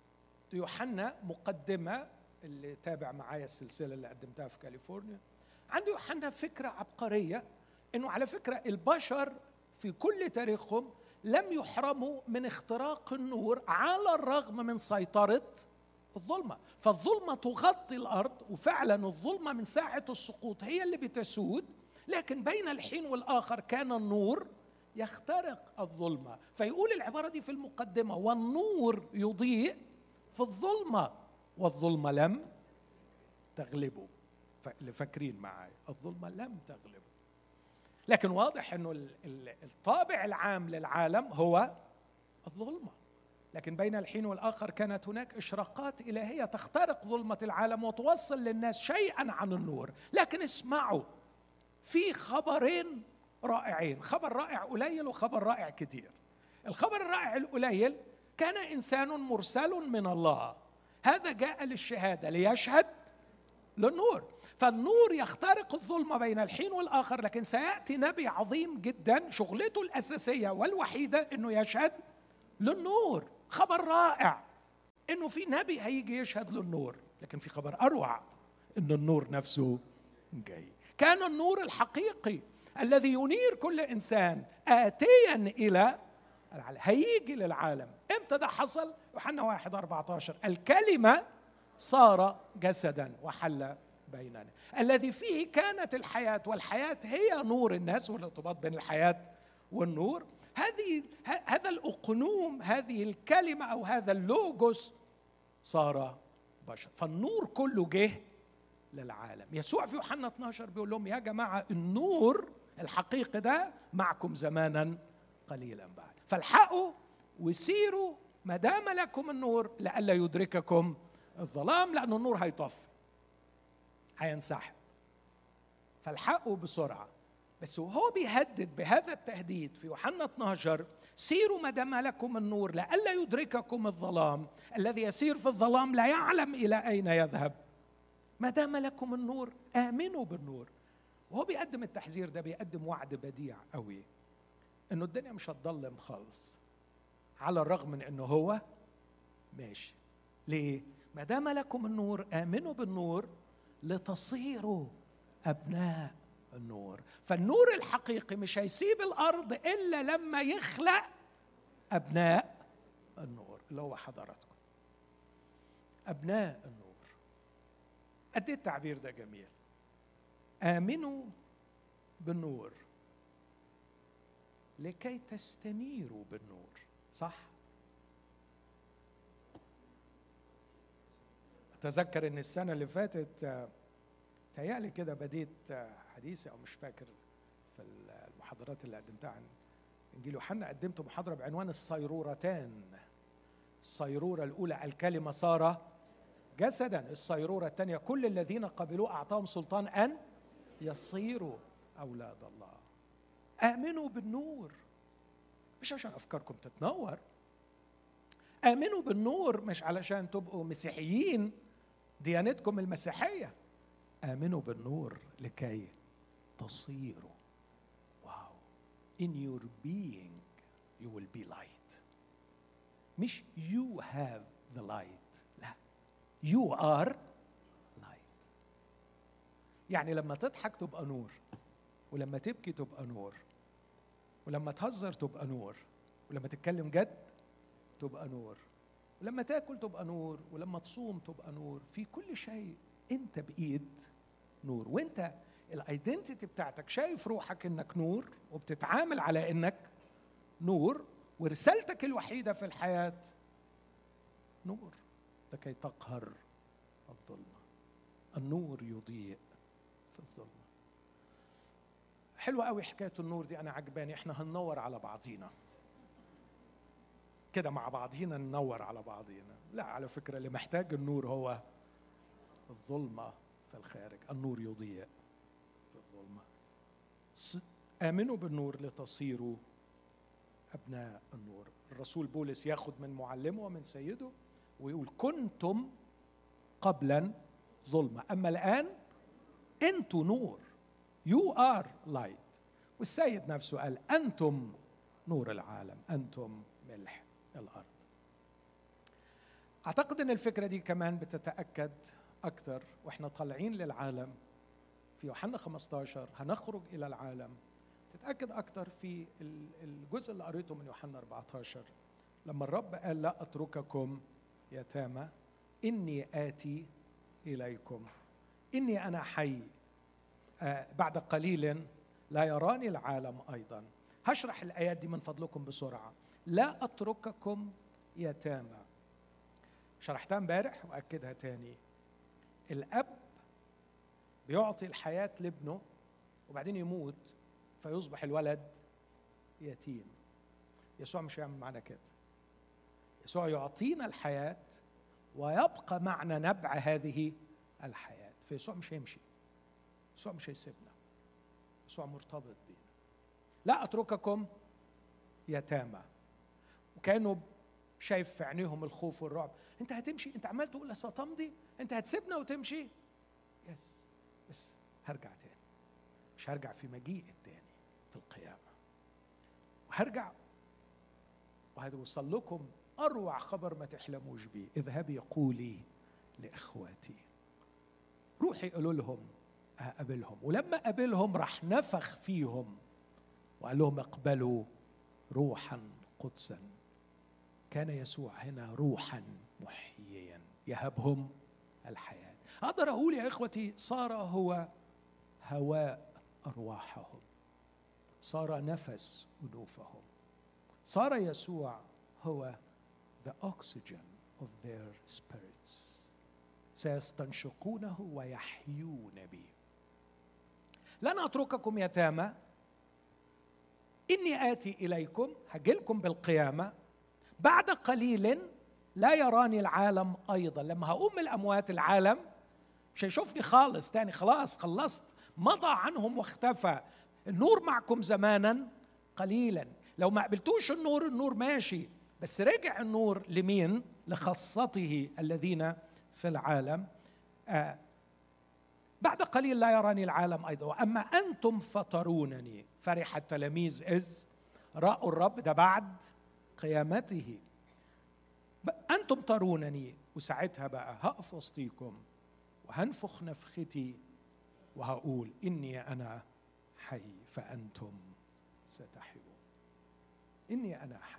يوحنا مقدمة، اللي تابع معايا السلسلة اللي قدمتها في كاليفورنيا، عند يوحنا فكرة عبقرية، إنه على فكرة البشر في كل تاريخهم لم يحرموا من اختراق النور على الرغم من سيطرة الظلمة. فالظلمة تغطي الأرض، وفعلا الظلمة من ساعة السقوط هي اللي بتسود، لكن بين الحين والآخر كان النور يخترق الظلمة. فيقول العبارة دي في المقدمة: والنور يضيء في الظلمة والظلمة لم تغلبه. اللي فاكرين معايا الظلمة لم تغلبه. لكن واضح أنه الطابع العام للعالم هو الظلمة، لكن بين الحين والآخر كانت هناك إشراقات إلهية تخترق ظلمة العالم وتوصل للناس شيئا عن النور. لكن اسمعوا، في خبرين رائعين، خبر رائع قليل وخبر رائع كتير. الخبر الرائع القليل: كان إنسان مرسل من الله، هذا جاء للشهادة ليشهد للنور. فالنور يخترق الظلمة بين الحين والآخر، لكن سيأتي نبي عظيم جدا شغلته الأساسية والوحيدة إنه يشهد للنور. خبر رائع إنه في نبي هيجي يشهد للنور، لكن في خبر أروع إن النور نفسه جاي. كان النور الحقيقي الذي ينير كل إنسان آتيا إلى العالم، هيجي للعالم. إمتى ده حصل؟ يوحنا واحد أربعة عشر: الكلمة صار جسدا وحل بيننا، الذي فيه كانت الحياة، والحياة هي نور الناس، والارتباط بين الحياة والنور. هذه هذا الأقنوم، هذه الكلمة أو هذا اللوجوس صار بشر. فالنور كله جه للعالم. يسوع في يوحنا اثني عشر بيقول لهم: يا جماعة النور الحقيقي ده معكم زمانا قليلا بعد، فالحقوا وسيروا ما دام لكم النور لئلا يدرككم الظلام، لأن النور هيطفي، هينسحب. فالحقوا بسرعة. بس وهو بيهدد بهذا التهديد في يوحنا اثني عشر: سيروا ما دام لكم النور لئلا يدرككم الظلام، الذي يسير في الظلام لا يعلم إلى أين يذهب. ما دام لكم النور آمنوا بالنور. وهو بيقدم التحذير ده بيقدم وعد بديع قوي إنه الدنيا مش هتضلم خالص، على الرغم من إنه هو ماشي. ليه؟ ما دام لكم النور آمنوا بالنور لتصيروا أبناء النور. فالنور الحقيقي مش هيسيب الأرض إلا لما يخلق أبناء النور، اللي هو حضراتكم أبناء النور. قد إيه التعبير ده جميل! آمنوا بالنور لكي تستنيروا بالنور. صح؟ أتذكر إن السنة اللي فاتت تهيألي كده بديت حديثي، أو مش فاكر، في المحاضرات اللي قدمتها عن انجيل يوحنا، قدمت محاضره بعنوان الصيرورتان. الصيروره الاولى الكلمه صار جسدا، الصيروره الثانيه كل الذين قبلوه اعطاهم سلطان ان يصيروا اولاد الله. امنوا بالنور، مش عشان افكاركم تتنور. امنوا بالنور مش علشان تبقوا مسيحيين ديانتكم المسيحيه. امنوا بالنور لكي تصيروا. واو. in your being you will be light. مش you have the light، لا you are light. يعني لما تضحك تبقى نور، ولما تبكي تبقى نور، ولما تهزر تبقى نور، ولما تتكلم جد تبقى نور، ولما تاكل تبقى نور، ولما تصوم تبقى نور. في كل شيء انت بايد نور. وانت الايدنتيتي بتاعتك شايف روحك انك نور، وبتتعامل على انك نور، ورسالتك الوحيده في الحياه نور لكي تقهر الظلمه. النور يضيء في الظلمه. حلوه قوي حكايه النور دي، انا عجباني. احنا هننور على بعضينا كده، مع بعضينا ننور على بعضينا. لا، على فكره اللي محتاج النور هو الظلمه في الخارج. النور يضيء في الظلمه. آمنوا بالنور لتصيروا أبناء النور. الرسول بولس ياخد من معلمه ومن سيده ويقول كنتم قبلا ظلمة، أما الآن أنتم نور. You are light. والسيد نفسه قال أنتم نور العالم، أنتم ملح الأرض. أعتقد أن الفكرة دي كمان بتتأكد أكتر وإحنا طالعين للعالم في يوحنا خمسة عشر. هنخرج إلى العالم. تتأكد أكتر في الجزء اللي قريته من يوحنا أربعة عشر لما الرب قال لا أترككم يتامى، إني آتي إليكم، إني أنا حي، آه بعد قليل لا يراني العالم أيضا. هشرح الآيات دي من فضلكم بسرعة. لا أترككم يتامى، شرحتها امبارح وأكدها تاني. الأب بيعطي الحياة لابنه وبعدين يموت فيصبح الولد يتيم. يسوع مش هيعمل معنا كده. يسوع يعطينا الحياة ويبقى معنا نبع هذه الحياة. فيسوع مش هيمشي، يسوع مش هيسيبنا، يسوع مرتبط بينا. لا أترككم يتامى. وكانوا شايف في عينيهم الخوف والرعب. انت هتمشي؟ انت عمال تقول لسه تمضي؟ انت هتسيبنا وتمشي؟ يس، بس هرجع تاني. مش هرجع في مجيء التاني في القيامة، وهرجع وهتوصل لكم أروع خبر ما تحلموش بيه. اذهبي قولي لإخواتي. روحي قولوا لهم أقابلهم. ولما قابلهم راح نفخ فيهم وقال لهم اقبلوا روحا قدسا. كان يسوع هنا روحا محييا يهبهم الحياة. أقدر أقول يا إخوتي صار هو هواء أرواحهم، صار نفس أنوفهم، صار يسوع هو the oxygen of their spirits. سيستنشقونه ويحيون به. لن أترككم يتامى، إني آتي إليكم، هجيلكم بالقيامة. بعد قليل لا يراني العالم أيضا. لما هقوم من الأموات العالم مش هيشوفني خالص تاني، خلاص خلصت، مضى عنهم واختفى. النور معكم زمانا قليلا. لو ما قبلتوش النور، النور ماشي، بس رجع النور لمين؟ لخاصته الذين في العالم. آه بعد قليل لا يراني العالم أيضا، وأما أنتم فترونني. فرح التلاميذ إذ رأوا الرب، ده بعد قيامته. أنتم ترونني، وساعتها بقى هقف وسطيكم وهنفخ نفختي وهقول إني أنا حي فأنتم ستحيون. إني أنا حي.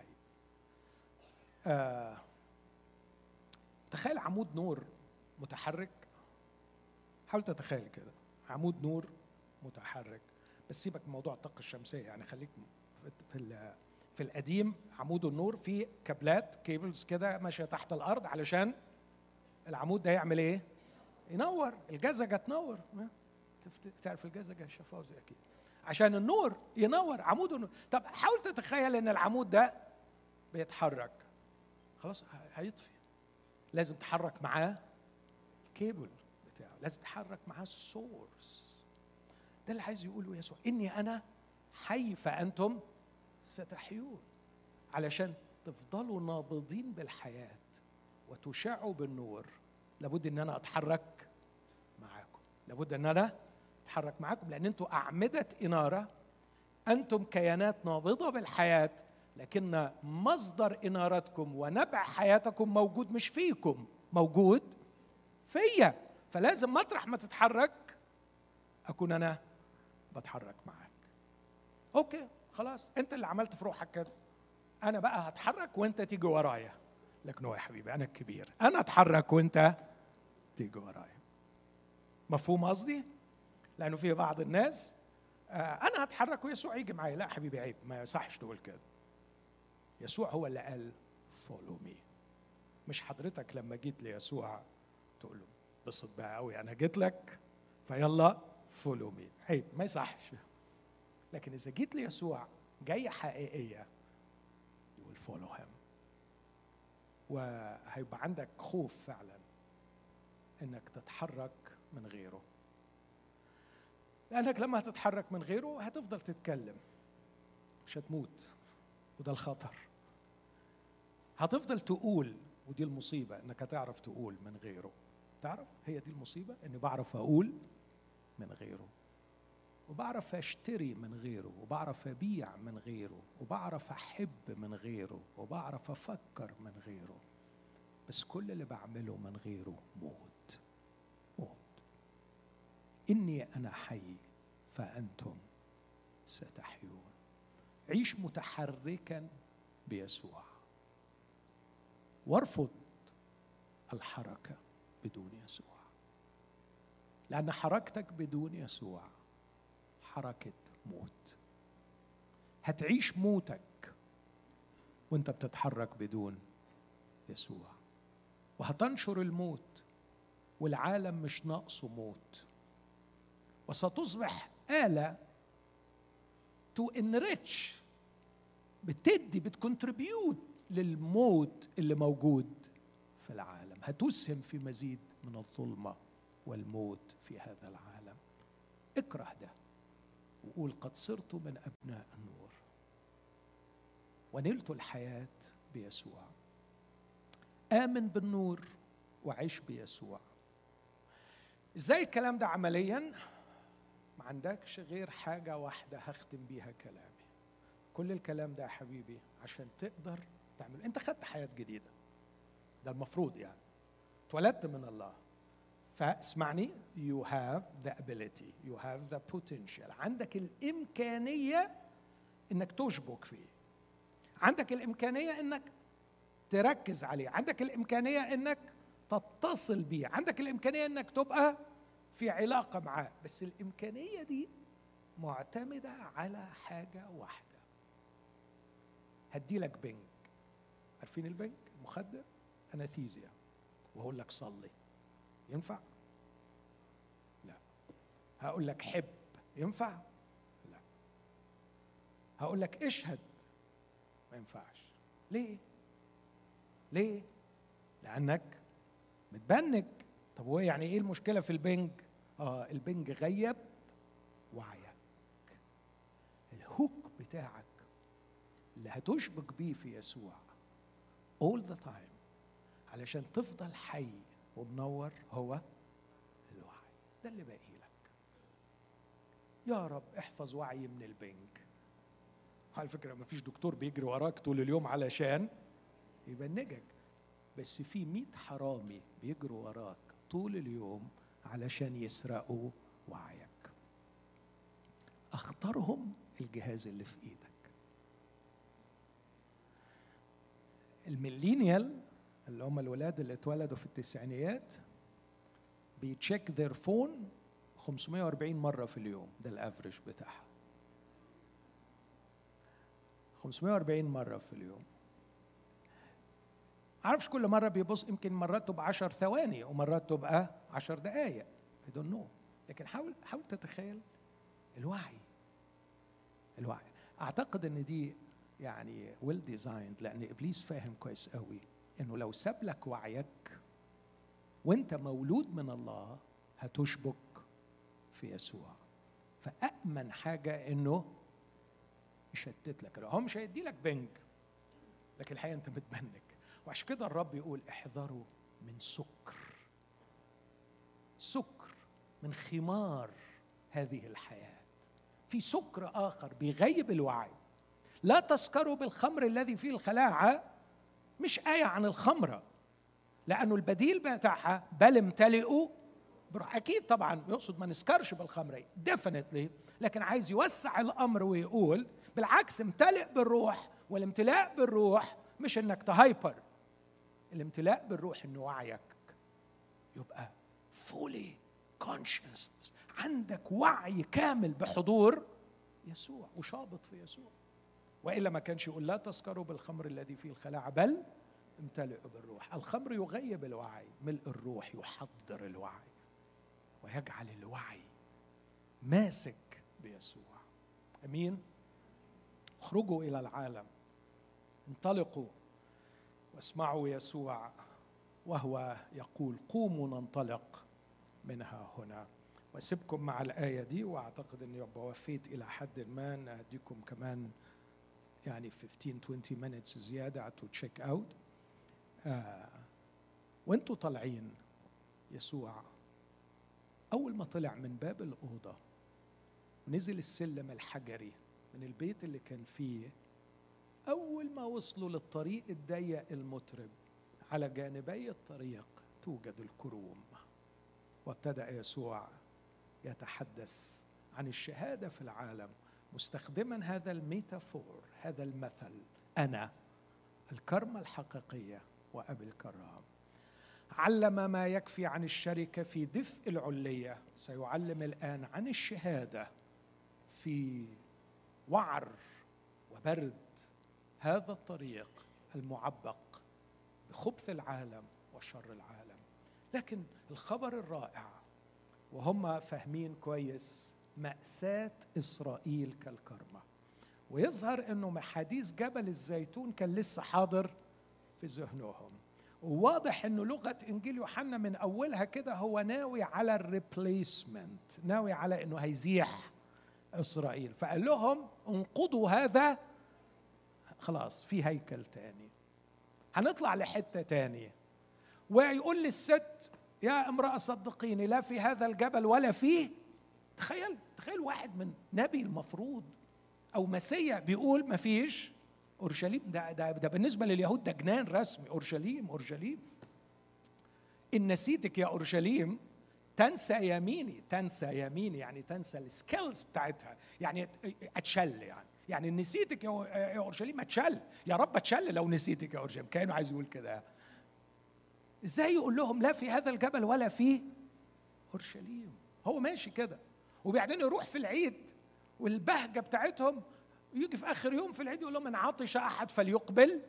آه تخيل عمود نور متحرك. حاول تتخيل كده عمود نور متحرك، بس سيبك من موضوع الطاقة الشمسية، يعني خليك في في القديم. عمود النور فيه كابلات كيبلز كده ماشية تحت الأرض علشان العمود ده يعمل إيه؟ ينور. الجزجة تنور. تعرف الجزجة الشفاوزي أكيد. عشان النور ينور، عمود النور. طب حاول تتخيل ان العمود ده بيتحرك، خلاص هيطفي. لازم تحرك معاه الكيبل بتاعه، لازم تحرك معاه السورس. ده اللي عايز يقوله يسوع، اني انا حي فانتم ستحيون. علشان تفضلوا نابضين بالحياه وتشعوا بالنور، لابد ان انا اتحرك معاكم، لابد ان انا اتحرك معاكم، لان انتم اعمده اناره، انتم كيانات نابضه بالحياه، لكن مصدر انارتكم ونبع حياتكم موجود مش فيكم، موجود فيا. فلازم مطرح ما تتحرك اكون انا بتحرك معاك. اوكي خلاص، انت اللي عملت في روحك كده، انا بقى هتحرك وانت تيجي ورايا. لكن هو يا حبيبي انا الكبير، انا اتحرك وانت تيجي ورايا. مفهوم قصدي؟ لانه في بعض الناس آه انا هتحرك ويسوع يجي معايا. لا حبيبي عيب، ما يصحش تقول كده. يسوع هو اللي قال فولو مي، مش حضرتك لما جيت ليسوع تقول له بسط بقى قوي انا جيت لك فيلا فولو مي. عيب، ما يصحش. لكن اذا جيت ليسوع جايه حقيقيه يقول فولو هيم، وهيبقى عندك خوف فعلا انك تتحرك من غيره. لانك لما هتتحرك من غيره هتفضل تتكلم، مش هتموت، وده الخطر. هتفضل تقول، ودي المصيبه، انك هتعرف تقول من غيره. تعرف هي دي المصيبه، اني بعرف اقول من غيره، وبعرف اشتري من غيره، وبعرف ابيع من غيره، وبعرف احب من غيره، وبعرف افكر من غيره. بس كل اللي بعمله من غيره موت موت. إني أنا حي فأنتم ستحيون. عيش متحركا بيسوع، وارفض الحركة بدون يسوع، لأن حركتك بدون يسوع حركة موت. هتعيش موتك وانت بتتحرك بدون يسوع، وهتنشر الموت، والعالم مش ناقصه موت، وستصبح آلة to enrich، بتدي بتكونتريبيوت للموت اللي موجود في العالم. هتسهم في مزيد من الظلمة والموت في هذا العالم. اكره ده وقول قد صرت من أبناء النور ونلت الحياة بيسوع. آمن بالنور وعيش بيسوع. ازاي الكلام ده عمليا؟ ما عندكش غير حاجة واحدة هختم بيها كلامي. كل الكلام ده يا حبيبي عشان تقدر تعمل. انت خدت حياة جديدة، ده المفروض يعني، اتولدت من الله. فاسمعني، you have the ability, you have the potential. عندك الإمكانية انك تشبك فيه، عندك الإمكانية انك تركز عليه، عندك الإمكانية انك تتصل بيه، عندك الإمكانية انك تبقى في علاقة معاه. بس الإمكانية دي معتمدة على حاجة واحدة. هدي لك بنج، عارفين البنج؟ مخدر، أناثيزيا، وهقول لك صلي، ينفع؟ لا. هقول لك حب، ينفع؟ لا. هقول لك اشهد، ما ينفعش. ليه؟ ليه؟ لأنك متبنج. طب هو يعني ايه المشكلة في البنج؟ اه البنج غيب وعيك. الهوك بتاعك اللي هتشبك بيه في يسوع all the time علشان تفضل حي ومنور هو الوعي. ده اللي باقي لك. يا رب احفظ وعي من البنج. على فكرة ما فيش دكتور بيجري وراك طول اليوم علشان يبنجك، بس في مئة حرامي بيجروا وراك طول اليوم علشان يسرقوا وعيك. اختارهم الجهاز اللي في ايدك. الميلينيال اللي هم الولاد اللي اتولدوا في التسعينيات بيتشيك ذير فون خمسمائة وأربعين مرة في اليوم، ده الافريج بتاعها. خمسمائة وأربعين مرة في اليوم. عارفش كل مرة بيبص، يمكن مرات تبقى عشر ثواني ومرات تبقى عشر دقايق، I don't know. لكن حاول حاول تتخيل الوعي الوعي. اعتقد ان دي يعني ويل ديزايند، لان ابليس فاهم كويس قوي انه لو ساب لك وعيك وانت مولود من الله هتشبك في يسوع. فأأمن حاجة انه يشتت لك. هو مش هيدي لك بنج، لكن الحقيقة انت متبنك. وعشان كده الرب يقول احذروا من سكر سكر من خمار هذه الحياة. في سكر آخر بيغيب الوعي. لا تسكروا بالخمر الذي فيه الخلاعة، مش آية عن الخمرة، لأنه البديل بتاعها بل امتلئوا بروح. أكيد طبعا يقصد ما نسكرش بالخمر definitely، لكن عايز يوسع الأمر ويقول بالعكس امتلئ بالروح. والامتلاء بالروح مش انك تهايبر، الامتلاء بالروح انه وعيك يبقى fully conscious، عندك وعي كامل بحضور يسوع وشابط في يسوع. وإلا ما كانش يقول لا تسكروا بالخمر الذي فيه الخلاعة بل امتلئوا بالروح. الخمر يغيب الوعي، ملء الروح يحضر الوعي ويجعل الوعي ماسك بيسوع. امين. اخرجوا الى العالم، انطلقوا واسمعوا يسوع وهو يقول قوموا ننطلق منها هنا. واسيبكم مع الآية دي، واعتقد اني يبقى وفيت الى حد ما. اديكم كمان يعني خمستاشر عشرين minutes زيادة to check out. آه وانتوا طالعين، يسوع أول ما طلع من باب الأوضة ونزل السلم الحجري من البيت اللي كان فيه، أول ما وصلوا للطريق الضيق المترب على جانبي الطريق توجد الكروم، وابتدأ يسوع يتحدث عن الشهادة في العالم مستخدما هذا الميتافور، هذا المثل: أنا الكرمة الحقيقية وأبي الكرام. علم ما يكفي عن الشركة في دفء العلية، سيعلم الآن عن الشهادة في وعر وبرد هذا الطريق المعبق بخبث العالم وشر العالم. لكن الخبر الرائع وهم فاهمين كويس مأساة إسرائيل كالكرمة، ويظهر أنه حديث جبل الزيتون كان لسه حاضر في ذهنهم. وواضح أنه لغة إنجيل يوحنا من أولها كده هو ناوي على الريبليسمنت، ناوي على أنه هيزيح إسرائيل. فقال لهم انقضوا هذا، خلاص في هيكل تاني، هنطلع لحتة تانية. ويقول للست يا امرأة صدقيني لا في هذا الجبل ولا فيه. تخيل تخيل واحد من نبي المفروض أو مسيا بيقول ما فيش أورشليم. ده, ده, ده بالنسبة لليهود ده جنان رسمي. أورشليم أورشليم إن نسيتك يا أورشليم تنسى يميني. تنسى يميني يعني تنسى السكيلز بتاعتها، يعني أتشل، يعني يعني نسيتك يا أورشليم أتشل. يا رب أتشل لو نسيتك يا أورشليم. كأنه عايز يقول كده. إزاي يقول لهم لا في هذا الجبل ولا في أورشليم؟ هو ماشي كده وبعدين يروح في العيد والبهجة بتاعتهم، يجي في آخر يوم في العيد يقول لهم إن عطش أحد فليقبل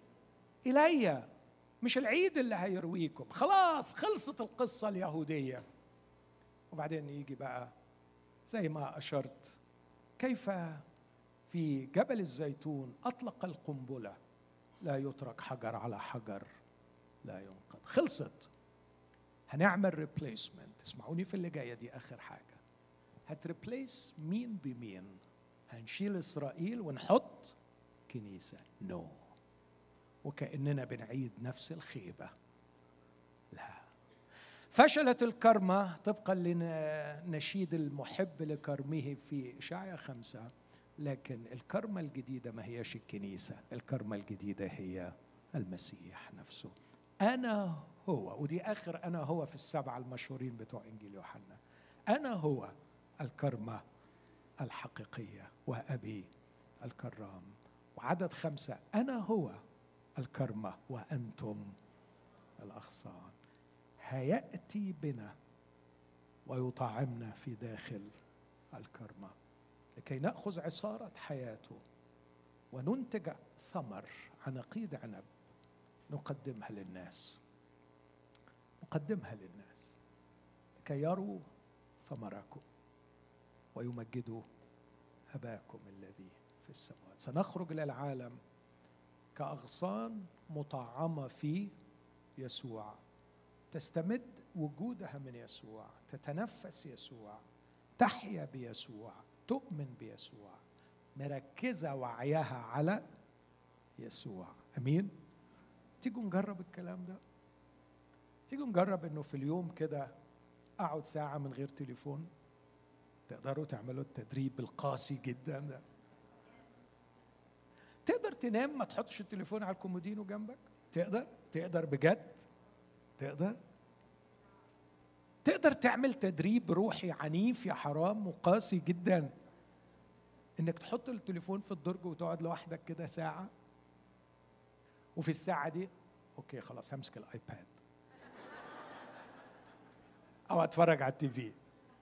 إلي. مش العيد اللي هيرويكم، خلاص خلصت القصة اليهودية. وبعدين يجي بقى زي ما أشرت كيف في جبل الزيتون أطلق القنبلة لا يترك حجر على حجر لا ينقض. خلصت. هنعمل ريبليسمنت. اسمعوني في اللي جاية دي آخر حاجة. هتريبليس مين بمين؟ هنشيل إسرائيل ونحط كنيسة؟ نو. وكأننا بنعيد نفس الخيبة. لا. فشلت الكرمة طبقا لنشيد المحب لكرمه في إشعياء خمسة، لكن الكرمة الجديدة ما هيش الكنيسة، الكرمة الجديدة هي المسيح نفسه. أنا هو، ودي آخر أنا هو في السبعة المشهورين بتوع إنجيل يوحنا. أنا هو الكرمة الحقيقية وأبي الكرام. وعدد خمسة أنا هو الكرمة وأنتم الأغصان. هيأتي بنا ويطعمنا في داخل الكرمة لكي نأخذ عصارة حياته وننتج ثمر عناقيد عنب نقدمها للناس، نقدمها للناس لكي يروا ثمركم ويمجدوا أباكم الذي في السماوات. سنخرج إلى العالم كأغصان مطعمة في يسوع، تستمد وجودها من يسوع، تتنفس يسوع، تحيا بيسوع، تؤمن بيسوع، مركزة وعيها على يسوع. أمين؟ تيجوا نجرب الكلام ده؟ تيجوا نجرب إنه في اليوم كده أقعد ساعة من غير تليفون؟ تقدروا تعملوا التدريب القاسي جدا ده؟ تقدر تنام ما تحطش التليفون على الكومودينو جنبك؟ تقدر؟ تقدر بجد؟ تقدر؟ تقدر تعمل تدريب روحي عنيف يا حرام وقاسي جدا، انك تحط التليفون في الدرج وتقعد لوحدك كده ساعة، وفي الساعة دي اوكي خلاص همسك الايباد او اتفرج على التي في.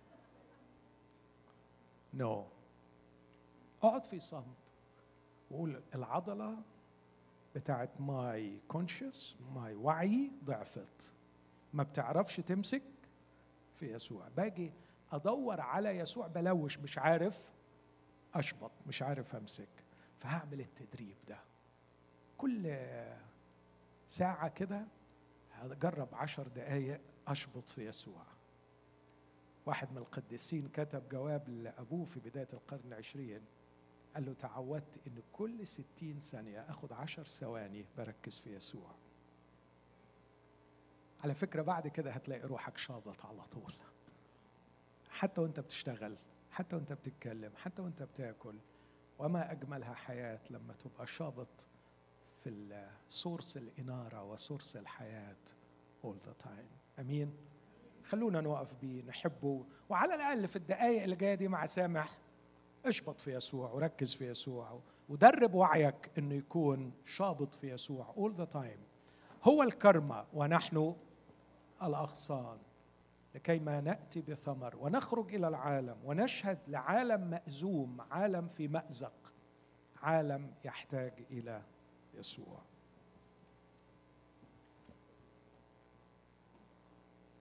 نو no. اقعد في صمت وقول العضلة بتاعت ماي كونشس، ماي وعي ضعفت، ما بتعرفش تمسك في يسوع. باجي ادور على يسوع بلوش، مش عارف اشبط، مش عارف امسك. فهعمل التدريب ده كل ساعة كده، هجرب عشر دقايق اشبط في يسوع. واحد من القديسين كتب جواب لأبوه في بداية القرن العشرين، قال له تعودت إن كل ستين ثانية أخذ عشر ثواني بركز في يسوع. على فكرة بعد كده هتلاقي روحك شابط على طول، حتى وانت بتشتغل، حتى وانت بتتكلم، حتى وانت بتاكل. وما أجملها حياة لما تبقى شابط في السورس الإنارة وسورس الحياة all the time. أمين؟ خلونا نوقف بيه نحبه، وعلى الأقل في الدقايق اللي جاية دي مع سامح اشبط في يسوع وركز في يسوع، ودرب وعيك انه يكون شابط في يسوع all the time. هو الكرمة ونحن الأغصان، لكي ما نأتي بثمر ونخرج إلى العالم ونشهد لعالم مأزوم، عالم في مأزق، عالم يحتاج إلى يسوع.